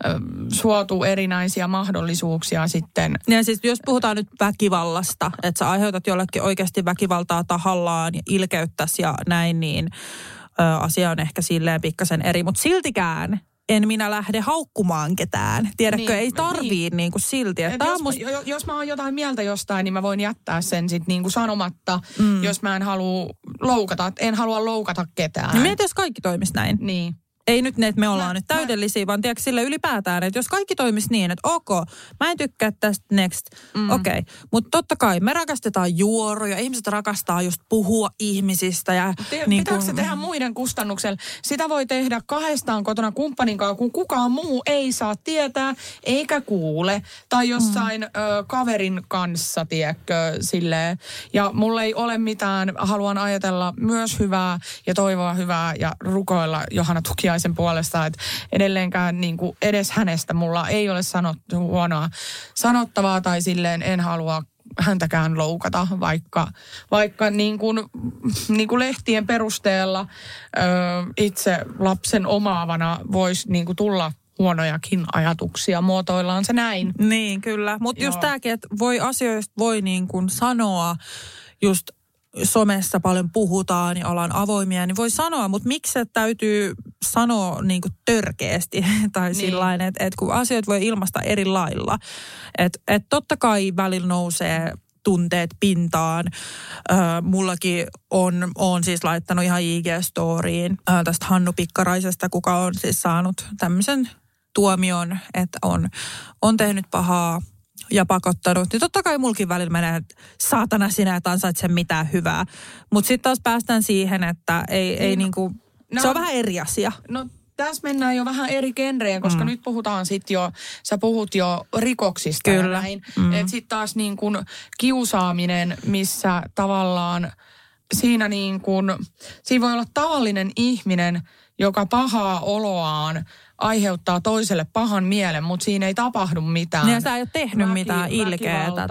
suotu erinäisiä mahdollisuuksia sitten. Ja siis jos puhutaan nyt väkivallasta, että sä aiheutat jollekin oikeasti väkivaltaa tahallaan ja ilkeyttäsi ja näin, niin asia on ehkä silleen pikkasen eri, mutta siltikään en minä lähde haukkumaan ketään. Tiedätkö, ei tarvii niin kuin silti. Jos mä oon jotain mieltä jostain, niin mä voin jättää sen sitten niin kuin sanomatta, jos mä en halua loukata. En halua loukata ketään. No mieti, jos kaikki toimisi näin. Niin. Ei nyt ne, että me ollaan nyt täydellisiä, vaan tiedätkö sille ylipäätään, että jos kaikki toimisi niin, että mä en tykkää tästä next, okei. Mutta totta kai me rakastetaan juoroja, ihmiset rakastaa just puhua ihmisistä. Ja pitääkö se tehdä muiden kustannuksella? Sitä voi tehdä kahdestaan kotona kumppanin kanssa, kun kukaan muu ei saa tietää eikä kuule. Tai jossain kaverin kanssa, tiedätkö, silleen. Ja mulla ei ole mitään, haluan ajatella myös hyvää ja toivoa hyvää ja rukoilla Johanna Tukiaisen puolesta, että edelleenkään niin kuin edes hänestä mulla ei ole sanottu huonoa sanottavaa tai silleen en halua häntäkään loukata, vaikka niin kuin lehtien perusteella itse lapsen omaavana voisi niin kuin tulla huonojakin ajatuksia, muotoillaan se näin. Niin, kyllä. Mutta just tämäkin, että asioista voi niin kuin sanoa just somessa paljon puhutaan ja ollaan avoimia, niin voi sanoa, mutta miksi se täytyy sanoa niin kuin törkeästi tai sillain, että kun asioita voi ilmaista eri lailla. Että totta kai välillä nousee tunteet pintaan. Mullakin on siis laittanut ihan IG-storiin tästä Hannu Pikkaraisesta, kuka on siis saanut tämmöisen tuomion, että on tehnyt pahaa ja pakottanut, niin totta kai mulkin välillä menee, että saatana sinä et ansaitse mitään hyvää. Mutta sitten taas päästään siihen, että ei niinku, se on vähän eri asia. No tässä mennään jo vähän eri genreen, koska nyt puhutaan sitten jo, sä puhut jo rikoksista. Kyllä. Ja näin. Että sitten taas niin kuin kiusaaminen, missä tavallaan siinä voi olla tavallinen ihminen, joka pahaa oloaan aiheuttaa toiselle pahan mielen, mutta siinä ei tapahdu mitään. Ja sä ei ole tehnyt mitään ilkeätä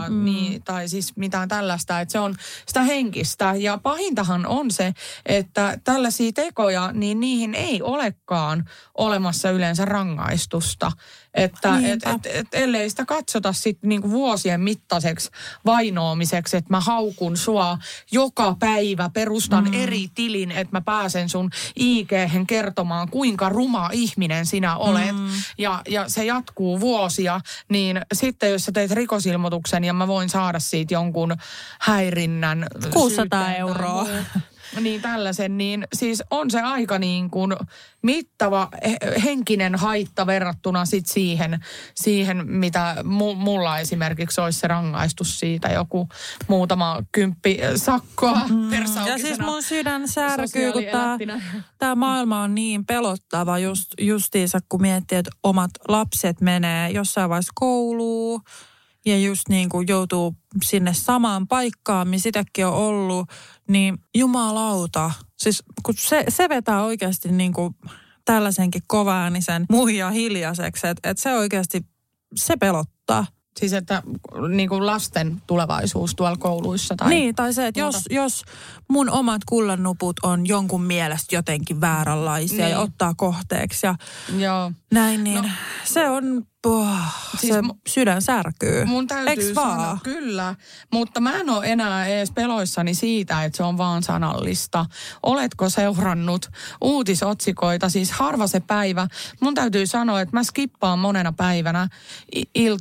tai siis mitään tällaista, että se on sitä henkistä. Ja pahintahan on se, että tällaisia tekoja, niin niihin ei olekaan olemassa yleensä rangaistusta. Että ellei sitä katsota sitten niinku vuosien mittaiseksi vainoamiseksi, että mä haukun sua joka päivä, perustan eri tilin, että mä pääsen sun IG:hen kertomaan, kuinka ruma ihminen sinä olet. Ja se jatkuu vuosia, niin sitten jos sä teet rikosilmoituksen ja mä voin saada siitä jonkun häirinnän 600 euroa. Niin tällaisen, niin siis on se aika niin kuin mittava henkinen haitta verrattuna sit siihen mitä mulla esimerkiksi olisi se rangaistus siitä joku muutama kymppi sakkoa persaukisena. Ja siis mun sydän särkyy, kun tää maailma on niin pelottava justiinsa, kun miettii, että omat lapset menee jossain vaiheessa kouluun ja just niin kuin joutuu sinne samaan paikkaan, missä sitäkin on ollut, niin jumalauta. Siis kun se vetää oikeasti niin kuin tällaisenkin kovaäänisen muijaa hiljaiseksi, että se oikeasti, se pelottaa. Siis että niin kuin lasten tulevaisuus tuolla kouluissa tai... Niin, tai se, että jos mun omat kullannuput on jonkun mielestä jotenkin vääränlaisia ja ottaa kohteeksi ja näin, niin se on... Siis se sydän särkyy. Mun täytyy sanoa, kyllä, mutta mä en ole enää edes peloissani siitä, että se on vaan sanallista. Oletko seurannut uutisotsikoita, siis harva se päivä. Mun täytyy sanoa, että mä skippaan monena päivänä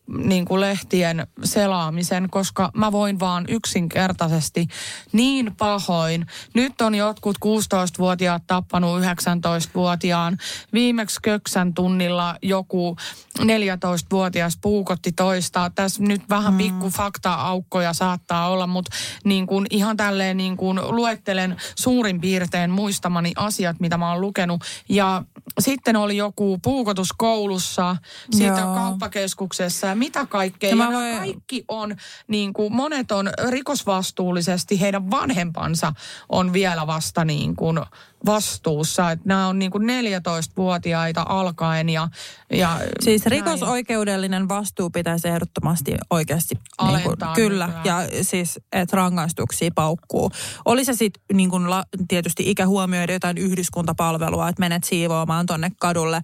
niin kuin lehtien selaamisen, koska mä voin vaan yksinkertaisesti niin pahoin. Nyt on jotkut 16-vuotiaat tappanut 19-vuotiaan. Viimeksi Köksän tunnilla joku 14-vuotias puukotti toista. Tässä nyt vähän pikku fakta-aukkoja saattaa olla, mutta niin kuin ihan tälleen niin kuin luettelen suurin piirtein muistamani asiat, mitä mä oon lukenut. Ja sitten oli joku puukotus koulussa, sitten kauppakeskuksessa ja mitä kaikkea. Ja kaikki on, niin kuin monet on rikosvastuullisesti, heidän vanhempansa on vielä vasta niin kuin vastuussa. Että nämä on niin kuin 14-vuotiaita alkaen ja siis rikosoikeudellinen vastuu pitäisi ehdottomasti oikeasti alentaa. Kyllä, ja siis että rangaistuksia paukkuu. Oli se sitten niin kuin tietysti ikä huomioida jotain yhdyskuntapalvelua, että menet siivoamaan tonne kadulle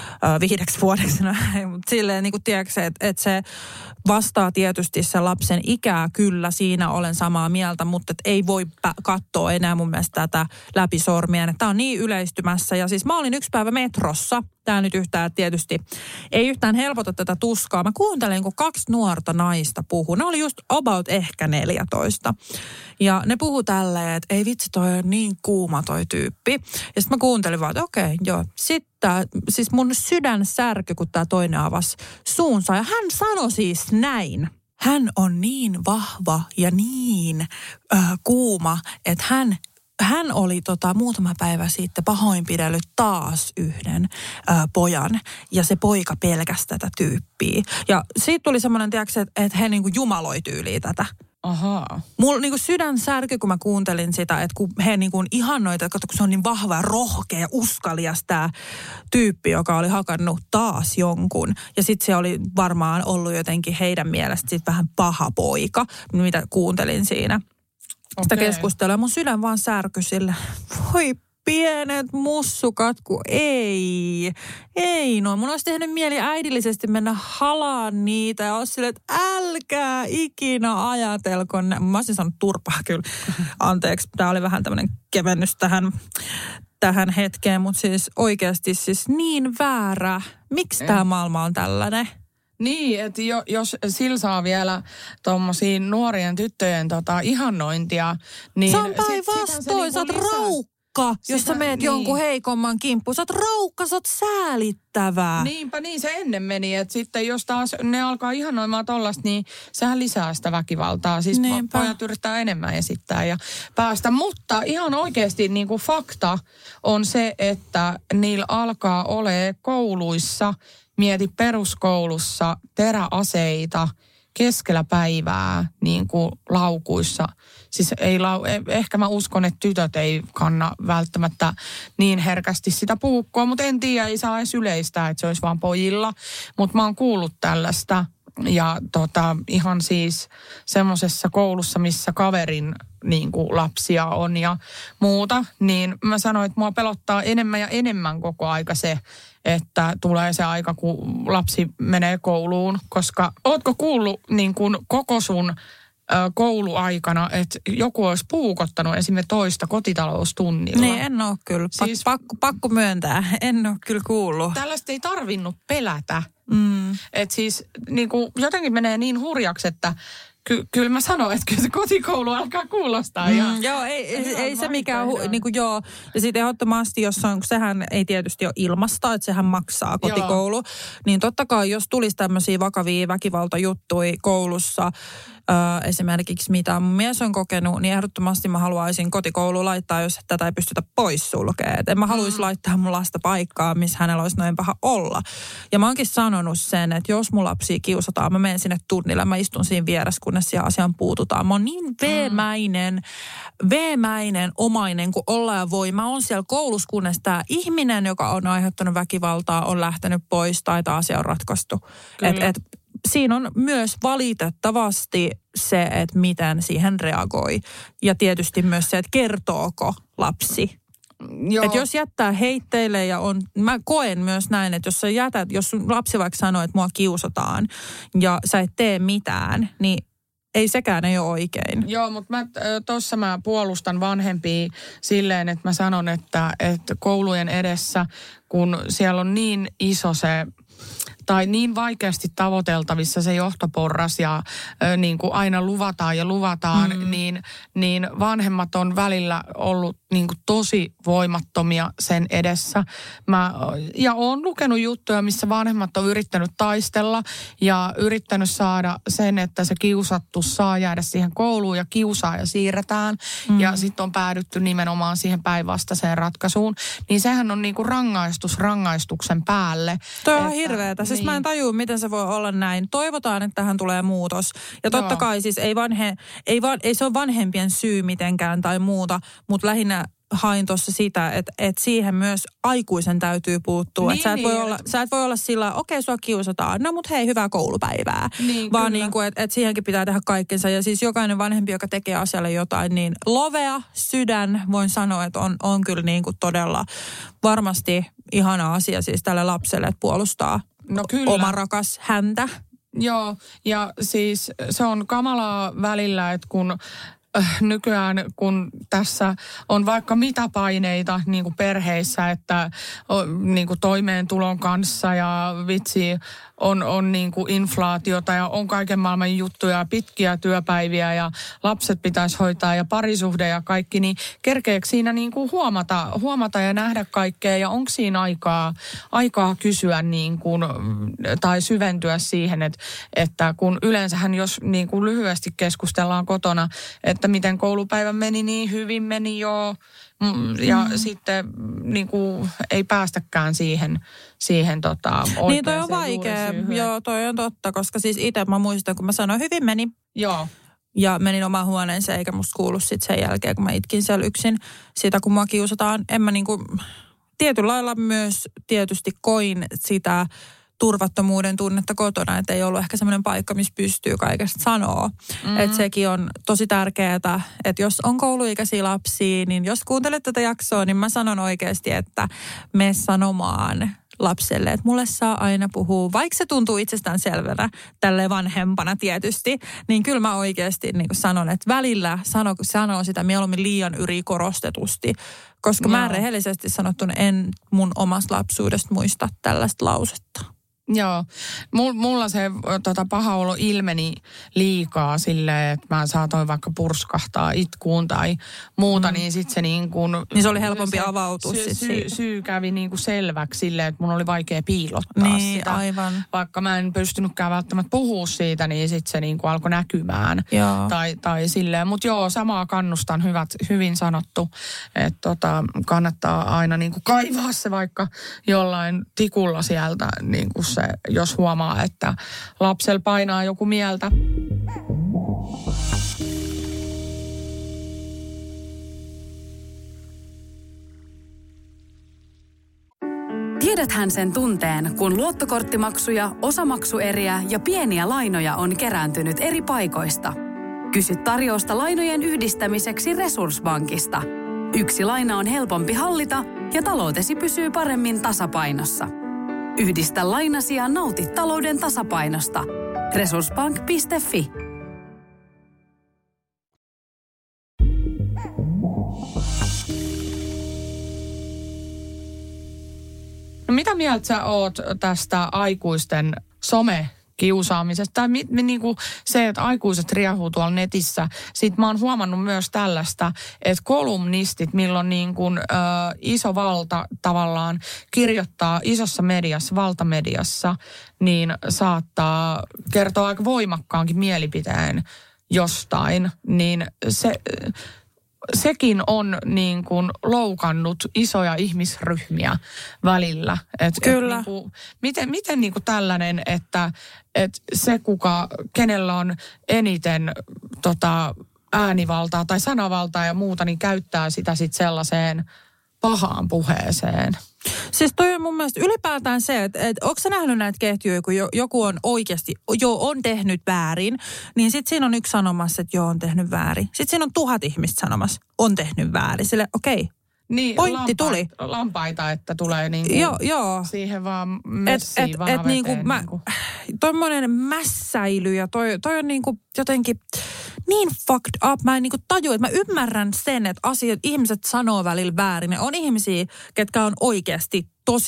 5 vuodeksi. Mutta silleen niin kuin tiedätkö, että se vastaa tietysti se lapsen ikää, kyllä siinä olen samaa mieltä, mutta ei voi katsoa enää mun mielestä tätä läpi sormien. Tämä on niin yleistymässä ja siis mä olin 1 päivä metrossa. Tämä nyt tietysti ei yhtään helpota tätä tuskaa. Mä kuuntelin, kun 2 nuorta naista puhuu. Ne oli just about ehkä 14. Ja ne puhuu tälleen, että ei vitsi, toi on niin kuuma toi tyyppi. Ja sitten mä kuuntelin vaan, että okei, joo. Sitten siis mun sydän särky, kun tämä toinen avasi suunsa. Ja hän sanoi siis näin. Hän on niin vahva ja niin kuuma, että hän oli muutama päivä sitten pahoinpidellyt taas yhden pojan ja se poika pelkäsi tätä tyyppiä. Ja siitä tuli semmoinen, tiedätkö, että he niinku jumaloi tyyliä tätä. Ahaa. Mulla niinku sydän särky, kun mä kuuntelin sitä, että kun he niinku ihannoivat, että kun se on niin vahva ja rohkea ja uskalias tämä tyyppi, joka oli hakannut taas jonkun. Ja sitten se oli varmaan ollut jotenkin heidän mielestä sit vähän paha poika, mitä kuuntelin siinä. Sitä keskustelua. Mun sydän vaan särky sille. Voi pienet mussukat, kun ei. No, mun olisi tehnyt mieli äidillisesti mennä halaan niitä ja olisi silleen, että älkää ikinä ajatelko. Mä olisin sanonut turpaa kyllä. Anteeksi, tää oli vähän tämmöinen kevennys tähän hetkeen, mutta siis oikeasti siis niin väärä. Miksi tää maailma on tällainen? Niin, että jos sillä saa vielä tommosia nuorien tyttöjen ihannointia, niin... Se on päinvastoin, sä oot raukka, jos sä meet jonkun heikomman kimppuun. Sä oot raukka, sä oot säälittävää. Niinpä niin se ennen meni, että sitten jos taas ne alkaa ihannoimaan tollasta, niin sehän lisää sitä väkivaltaa. Siis pojat yrittää enemmän esittää ja päästä. Mutta ihan oikeasti niin kuin fakta on se, että niillä alkaa olemaan kouluissa... Mieti peruskoulussa teräaseita keskellä päivää niin kuin laukuissa. Siis ehkä mä uskon, että tytöt ei kanna välttämättä niin herkästi sitä puukkoa, mutta en tiedä, ei saa edes yleistää, että se olisi vaan pojilla. Mutta mä oon kuullut tällaista ja ihan siis semmoisessa koulussa, missä kaverin niin kuin lapsia on ja muuta, niin mä sanoin, että mua pelottaa enemmän ja enemmän koko aika se, että tulee se aika, kun lapsi menee kouluun, koska ootko kuullut niin kuin koko sun kouluaikana, että joku olisi puukottanut esimerkiksi toista kotitaloustunnilla? Niin, en ole kyllä. Siis, pakko myöntää, en ole kyllä kuullut. Tällaista ei tarvinnut pelätä. Että siis niin kuin jotenkin menee niin hurjaksi, että kyllä mä sanoin, että kyllä se kotikoulu alkaa kuulostaa. Joo, ei se mikään, joo. Ja sitten ehdottomasti, jos on, sehän ei tietysti ole ilmasta, että sehän maksaa kotikoulu. Joo. Niin totta kai, jos tulisi tämmöisiä vakavia väkivaltajuttuja koulussa, esimerkiksi mitä mun mies on kokenut, niin ehdottomasti mä haluaisin kotikoulu laittaa, jos tätä ei pystytä pois sulkea. En mä haluaisi laittaa mun lasta paikkaa, missä hänellä olisi noin paha olla. Ja mä oonkin sanonut sen, että jos mun lapsia kiusataan, mä menen sinne tunnille, mä istun siinä vieressä, kunnes siihen asiaan puututaan. Mä oon niin veemäinen omainen kuin olla ja voi. Mä oon siellä koulussa, kunnes tää ihminen, joka on aiheuttanut väkivaltaa, on lähtenyt pois tai tämä asia on ratkaistu. Siinä on myös valitettavasti se, että miten siihen reagoi. Ja tietysti myös se, että kertooko lapsi. Että jos jättää heitteille ja mä koen myös näin, että jos sun lapsi vaikka sanoo, että mua kiusataan ja sä et tee mitään, niin ei sekään ei ole oikein. Joo, mutta tuossa mä puolustan vanhempia silleen, että mä sanon, että koulujen edessä, kun siellä on niin iso se tai niin vaikeasti tavoiteltavissa se johtoporras ja niin kuin aina luvataan, niin vanhemmat on välillä ollut niin kuin tosi voimattomia sen edessä. Ja olen lukenut juttuja, missä vanhemmat on yrittänyt taistella ja yrittänyt saada sen, että se kiusattu saa jäädä siihen kouluun ja kiusaaja siirretään. Ja sitten on päädytty nimenomaan siihen päinvastaiseen ratkaisuun. Niin sehän on niin kuin rangaistus rangaistuksen päälle. Toi on hirveetä. Siis mä en tajua, miten se voi olla näin. Toivotaan, että tähän tulee muutos. Ja totta kai siis ei se ole vanhempien syy mitenkään tai muuta, mutta lähinnä hain tuossa sitä, että siihen myös aikuisen täytyy puuttua. Niin, sä et voi olla sillä, okei, sua kiusataan, no mut hei, hyvää koulupäivää. Niin, vaan niin kuin, että siihenkin pitää tehdä kaikkensa. Ja siis jokainen vanhempi, joka tekee asialle jotain, niin lovea, sydän, voin sanoa, että on kyllä niin kuin todella varmasti ihana asia siis tälle lapselle, että puolustaa oma rakas häntä. Joo, ja siis se on kamalaa välillä, että kun nykyään, kun tässä on vaikka mitä paineita niin kuin perheissä, että niin kuin toimeentulon kanssa ja vitsi on niin kuin inflaatiota ja on kaiken maailman juttuja, pitkiä työpäiviä ja lapset pitäisi hoitaa ja parisuhde ja kaikki, niin kerkeekö siinä niin kuin huomata ja nähdä kaikkea ja onko siinä aikaa kysyä niin kuin, tai syventyä siihen, että kun yleensähän jos niin kuin lyhyesti keskustellaan kotona, että miten koulupäivä meni, niin hyvin meni jo. Ja sitten niin kuin, ei päästäkään siihen oikeaan. Niin toi on vaikea. Joo, toi on totta, koska siis itse mä muistan, kun mä sanoin hyvin meni. Joo. Ja menin omaan huoneeseen, eikä musta kuulu sit sen jälkeen, kun mä itkin siellä yksin siitä, kun mua kiusataan. En mä niinku, tietyllä lailla myös tietysti koin sitä turvattomuuden tunnetta kotona, että ei ollut ehkä semmoinen paikka, missä pystyy kaikesta sanoa. Että sekin on tosi tärkeää, että jos on kouluikäisiä lapsia, niin jos kuuntelet tätä jaksoa, niin mä sanon oikeasti, että mene sanomaan lapselle, että mulle saa aina puhua, vaikka se tuntuu itsestään selvänä, tälleen vanhempana tietysti, niin kyllä mä oikeasti niin kuin sanon, että välillä sanoo sitä mieluummin liian ylikorostetusti, koska mä rehellisesti sanottuna en mun omasta lapsuudesta muista tällaista lausetta. Joo. Mulla se paha olo ilmeni liikaa silleen, että mä saatoin vaikka purskahtaa itkuun tai muuta, niin sitten se niin kuin... Niin se oli helpompi avautua sitten syy kävi niin kuin selväksi silleen, että mun oli vaikea piilottaa sitä. Aivan. Vaikka mä en pystynytkään välttämättä puhua siitä, niin sitten se niin kuin alkoi näkymään. Tai silleen. Mutta joo, samaa kannustan, hyvin sanottu, että kannattaa aina niin kuin kaivaa se vaikka jollain tikulla sieltä niin kuin se, jos huomaa, että lapsella painaa joku mieltä. Tiedäthän sen tunteen, kun luottokorttimaksuja, osamaksueriä ja pieniä lainoja on kerääntynyt eri paikoista. Kysy tarjousta lainojen yhdistämiseksi Resurssbankista. Yksi laina on helpompi hallita ja taloutesi pysyy paremmin tasapainossa. Yhdistä lainasi ja nauti talouden tasapainosta. Resurssbank.fi. No mitä mieltä sä oot tästä aikuisten kiusaamisesta? Tai niinku se, että aikuiset riehuu tuolla netissä. Sitten mä oon huomannut myös tällaista, että kolumnistit, milloin niin kuin, iso valta tavallaan kirjoittaa isossa mediassa, valtamediassa, niin saattaa kertoa aika voimakkaankin mielipiteen jostain. Niin sekin on niin kuin loukannut isoja ihmisryhmiä välillä. Kyllä. Niin kuin, miten niin kuin tällainen, että se kenellä on eniten äänivaltaa tai sanavaltaa ja muuta, niin käyttää sitä sitten sellaiseen pahaan puheeseen. Siis toi on mun mielestä ylipäätään se, että onko sä nähnyt näitä ketjuja, kun joku on oikeasti, on tehnyt väärin, niin sit siinä on yksi sanomassa, että on tehnyt väärin. Sitten siinä on 1000 ihmistä sanomassa, on tehnyt väärin. Sille okei. Niin, pointti tuli. Lampaita, että tulee niinku siihen vaan messiin vanaveteen. Tommoinen mässäily ja toi on niinku jotenkin niin fucked up. Mä en niinku tajua, että mä ymmärrän sen, että ihmiset sanoo välillä väärin. Ne on ihmisiä, ketkä on oikeasti tosi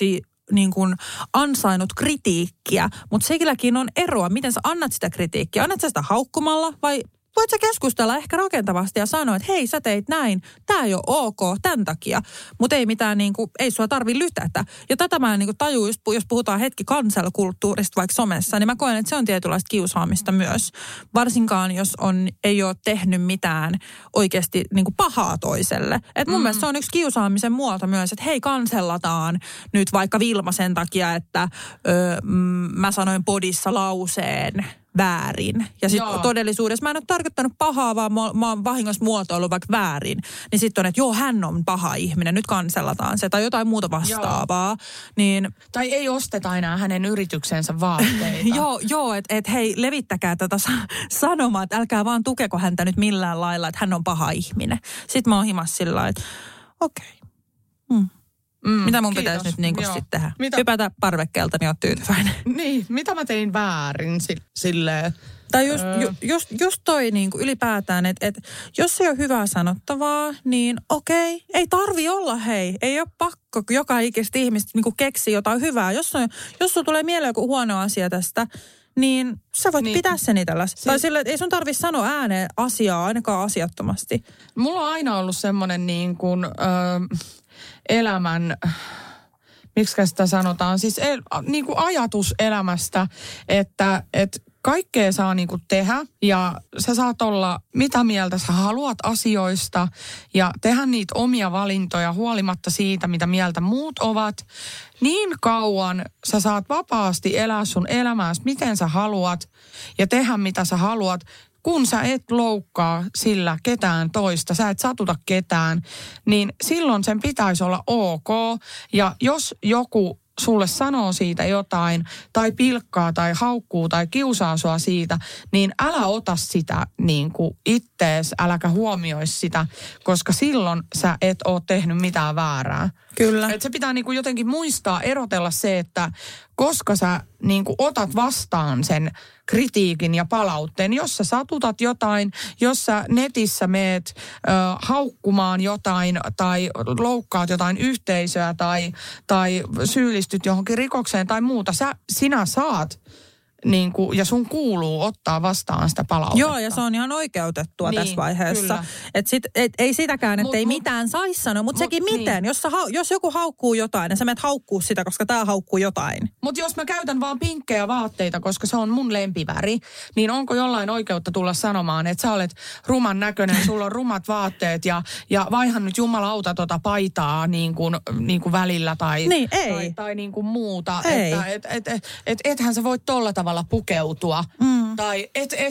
niin kuin ansainnut kritiikkiä, mutta silläkin on eroa, miten sä annat sitä kritiikkiä. Annat sä sitä haukkumalla vai voit sä keskustella ehkä rakentavasti ja sanoa, että hei, sä teit näin, tää ei ole ok tämän takia, mutta ei mitään ei sua tarvi lytätä. Ja tätä mä tajun, jos puhutaan hetki cancel-kulttuurista vaikka somessa, niin mä koen, että se on tietynlaista kiusaamista myös. Varsinkaan, jos ei ole tehnyt mitään oikeasti pahaa toiselle. Et mun mielestä se on yksi kiusaamisen muoto myös, että hei, cancellataan nyt vaikka Vilma sen takia, että mä sanoin podissa lauseen väärin. Ja sitten todellisuudessa mä en ole tarkoittanut pahaa, vaan mä oon vahingossa muotoillut vaikka väärin. Niin sitten on, että hän on paha ihminen, nyt kansellataan se, tai jotain muuta vastaavaa. Niin, tai ei osteta enää hänen yrityksensä vaatteita. joo, että hei, levittäkää tätä sanomaa, että älkää vaan tukeko häntä nyt millään lailla, että hän on paha ihminen. Sitten mä oon himas sillä lailla, että okei. Mitä mun pitäisi nyt sitten tehdä? Hypätä parvekkeelta, niin oot tyytyväinen. Niin, mitä mä tein väärin silleen? Tai just toi ylipäätään, että jos ei ole hyvää sanottavaa, niin okei, ei tarvi olla ei ole pakko joka ikistä ihmistä keksiä jotain hyvää. Jos sulla tulee mieleen joku huono asia tästä, niin sä voit pitää sen itselläsi. Tai sillä, että ei sun tarvitse sanoa ääneen asiaa, ainakaan asiattomasti. Mulla on aina ollut semmoinen elämän, miksi sitä sanotaan, siis ajatus elämästä, että kaikkea saa tehdä ja sä saat olla mitä mieltä sä haluat asioista ja tehdä niitä omia valintoja huolimatta siitä, mitä mieltä muut ovat. Niin kauan sä saat vapaasti elää sun elämääsi, miten sä haluat ja tehdä mitä sä haluat, kun sä et loukkaa sillä ketään toista, sä et satuta ketään, niin silloin sen pitäisi olla ok. Ja jos joku sulle sanoo siitä jotain, tai pilkkaa, tai haukkuu, tai kiusaa sua siitä, niin älä ota sitä ittees, äläkä huomioi sitä, koska silloin sä et ole tehnyt mitään väärää. Kyllä. Et se pitää jotenkin muistaa, erotella se, että koska sä otat vastaan sen kritiikin ja palautteen, jos sä satutat jotain, jos sä netissä meet haukkumaan jotain tai loukkaat jotain yhteisöä tai syyllistyt johonkin rikokseen tai muuta, sinä saat ja sun kuuluu ottaa vastaan sitä palautetta. Joo, ja se on ihan oikeutettua tässä vaiheessa. Ei sitäkään, että ei mitään saisi sanoa, mutta sekin miten. Jos joku haukkuu jotain, ja sä menet haukkuu sitä, koska tää haukkuu jotain. Mutta jos mä käytän vaan pinkkejä vaatteita, koska se on mun lempiväri, niin onko jollain oikeutta tulla sanomaan, että sä olet ruman näköinen, sulla on rumat vaatteet ja vaihan nyt jumalauta paitaa niin kuin välillä tai muuta. Ei. Ethän sä voi tolla tavalla pukeutua. Tai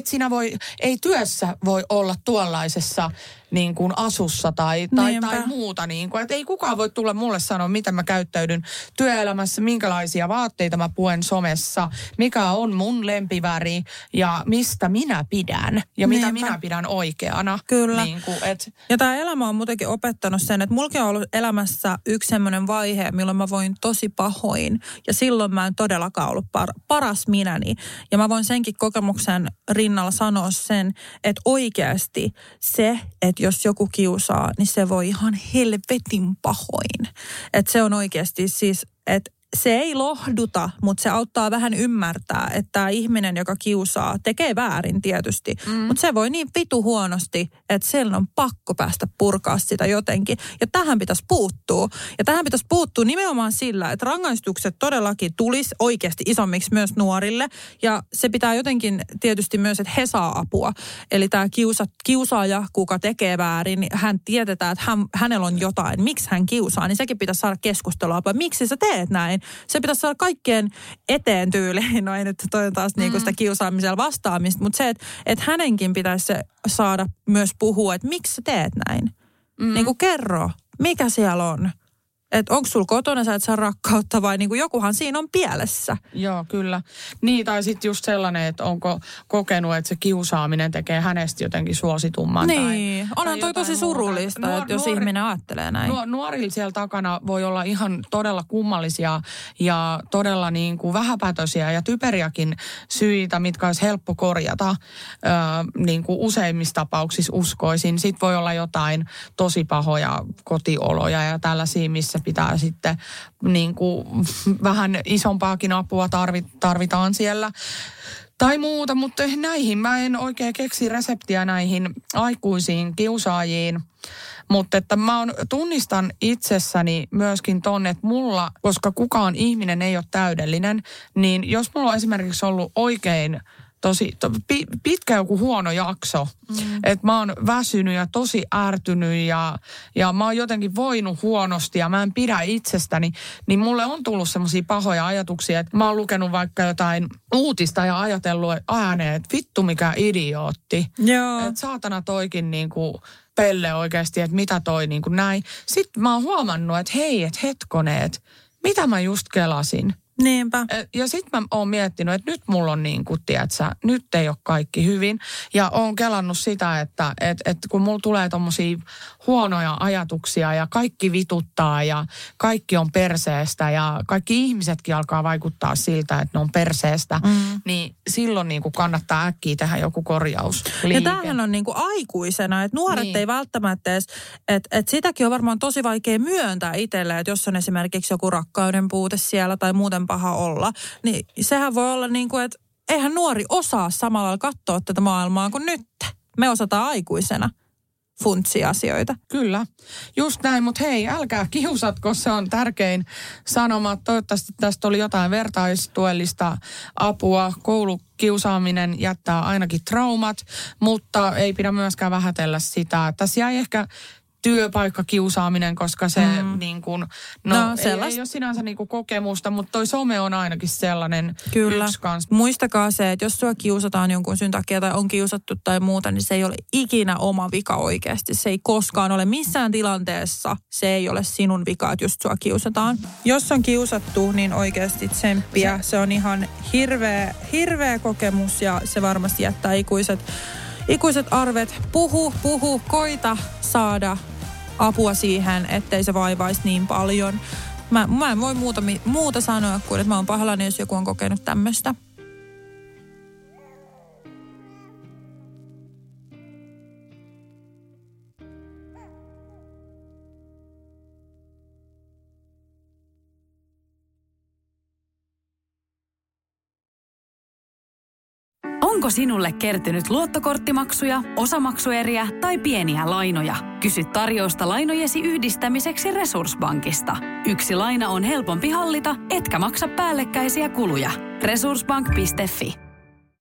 ei työssä voi olla tuollaisessa asussa tai muuta. Että ei kukaan voi tulla mulle sanoa, miten mä käyttäydyn työelämässä, minkälaisia vaatteita mä puen somessa, mikä on mun lempiväri ja mistä minä pidän ja mitä minä pidän oikeana. Kyllä. Ja tämä elämä on muutenkin opettanut sen, että mullakin on ollut elämässä yksi semmoinen vaihe, milloin mä voin tosi pahoin ja silloin mä en todellakaan ollut paras minäni. Ja mä voin senkin kokemuksen rinnalla sanoa sen, että oikeasti se, että jos joku kiusaa, niin se voi ihan helvetin pahoin. Että se on oikeasti siis, että se ei lohduta, mutta se auttaa vähän ymmärtää, että tämä ihminen, joka kiusaa, tekee väärin tietysti. Mutta se voi niin vitu huonosti, että sen on pakko päästä purkaa sitä jotenkin. Ja tähän pitäisi puuttua. Ja tähän pitäisi puuttua nimenomaan sillä, että rangaistukset todellakin tulisi oikeasti isommiksi myös nuorille. Ja se pitää jotenkin tietysti myös, että he saa apua. Eli tämä kiusaaja, kuka tekee väärin, niin hän tiedetään, että hänellä on jotain. Miksi hän kiusaa, niin sekin pitäisi saada keskustelua. Miksi sä teet näin? Se pitäisi saada kaikkien eteen tyyliin. No ei nyt toi on taas sitä kiusaamisella vastaamista, mutta se, että hänenkin pitäisi saada myös puhua, että miksi sä teet näin. Kerro, mikä siellä on. Että onko sulla kotona, sä et saa rakkautta vai jokuhan siinä on pielessä. Joo, kyllä. Niin, tai sitten just sellainen, että onko kokenut, että se kiusaaminen tekee hänestä jotenkin suositumman. Niin, onhan toi tosi surullista, että jos ihminen ajattelee näin. Nuorilla siellä takana voi olla ihan todella kummallisia ja todella vähäpätöisiä ja typeriäkin syitä, mitkä olisi helppo korjata. Useimmissa tapauksissa uskoisin. Sitten voi olla jotain tosi pahoja kotioloja ja tällaisia, missä pitää sitten niin kuin vähän isompaakin apua tarvitaan siellä. Tai muuta, mutta näihin mä en oikein keksi reseptiä näihin aikuisiin kiusaajiin. Mutta että tunnistan itsessäni myöskin ton, että mulla, koska kukaan ihminen ei ole täydellinen, niin jos mulla on esimerkiksi ollut oikein pitkä joku huono jakso, että mä oon väsynyt ja tosi ärtynyt ja mä oon jotenkin voinut huonosti ja mä en pidä itsestäni, niin mulle on tullut semmoisia pahoja ajatuksia, että mä oon lukenut vaikka jotain uutista ja ajatellut ääneen, että vittu mikä idiootti. Että saatana toikin niinku pelle oikeasti, että mitä toi niinku näin. Sitten mä oon huomannut, että hei, että hetkoneet, mitä mä just kelasin. Niinpä. Ja sitten mä oon miettinyt, että nyt mulla on niin kuin, tiedätkö, nyt ei ole kaikki hyvin. Ja oon kelannut sitä, että kun mulla tulee tommosia huonoja ajatuksia ja kaikki vituttaa ja kaikki on perseestä ja kaikki ihmisetkin alkaa vaikuttaa siltä, että ne on perseestä, niin silloin niin kuin kannattaa äkkiä tehdä joku korjaus. Ja tämähän on niin kuin aikuisena, että nuoret ei välttämättä edes, että sitäkin on varmaan tosi vaikea myöntää itselle, että jos on esimerkiksi joku rakkauden puute siellä tai muuten paha olla, niin sehän voi olla niin kuin, että eihän nuori osaa samalla lailla katsoa tätä maailmaa kuin nyt. Me osataan aikuisena funtsia asioita. Kyllä, just näin, mutta hei, älkää kiusatko, se on tärkein sanoma. Toivottavasti tästä oli jotain vertaistuellista apua. Koulukiusaaminen jättää ainakin traumat, mutta ei pidä myöskään vähätellä sitä. Tässä jäi ehkä työpaikkakiusaaminen, koska se niin kuin, ei ole sinänsä niin kuin kokemusta, mutta toi some on ainakin sellainen yksi kanssa. Muistakaa se, että jos sua kiusataan jonkun syyn takia tai on kiusattu tai muuta, niin se ei ole ikinä oma vika oikeasti. Se ei koskaan ole missään tilanteessa. Se ei ole sinun vika, että just sua kiusataan. Jos on kiusattu, niin oikeasti tsemppiä. Se on ihan hirveä kokemus ja se varmasti jättää ikuiset arvet. Puhu, koita saada apua siihen, ettei se vaivaisi niin paljon. Mä en voi muuta sanoa kuin, että mä oon pahoillani, jos joku on kokenut tämmöistä. Onko sinulle kertynyt luottokorttimaksuja, osamaksueriä tai pieniä lainoja? Kysy tarjousta lainojesi yhdistämiseksi Resurssbankista. Yksi laina on helpompi hallita, etkä maksa päällekkäisiä kuluja. Resurssbank.fi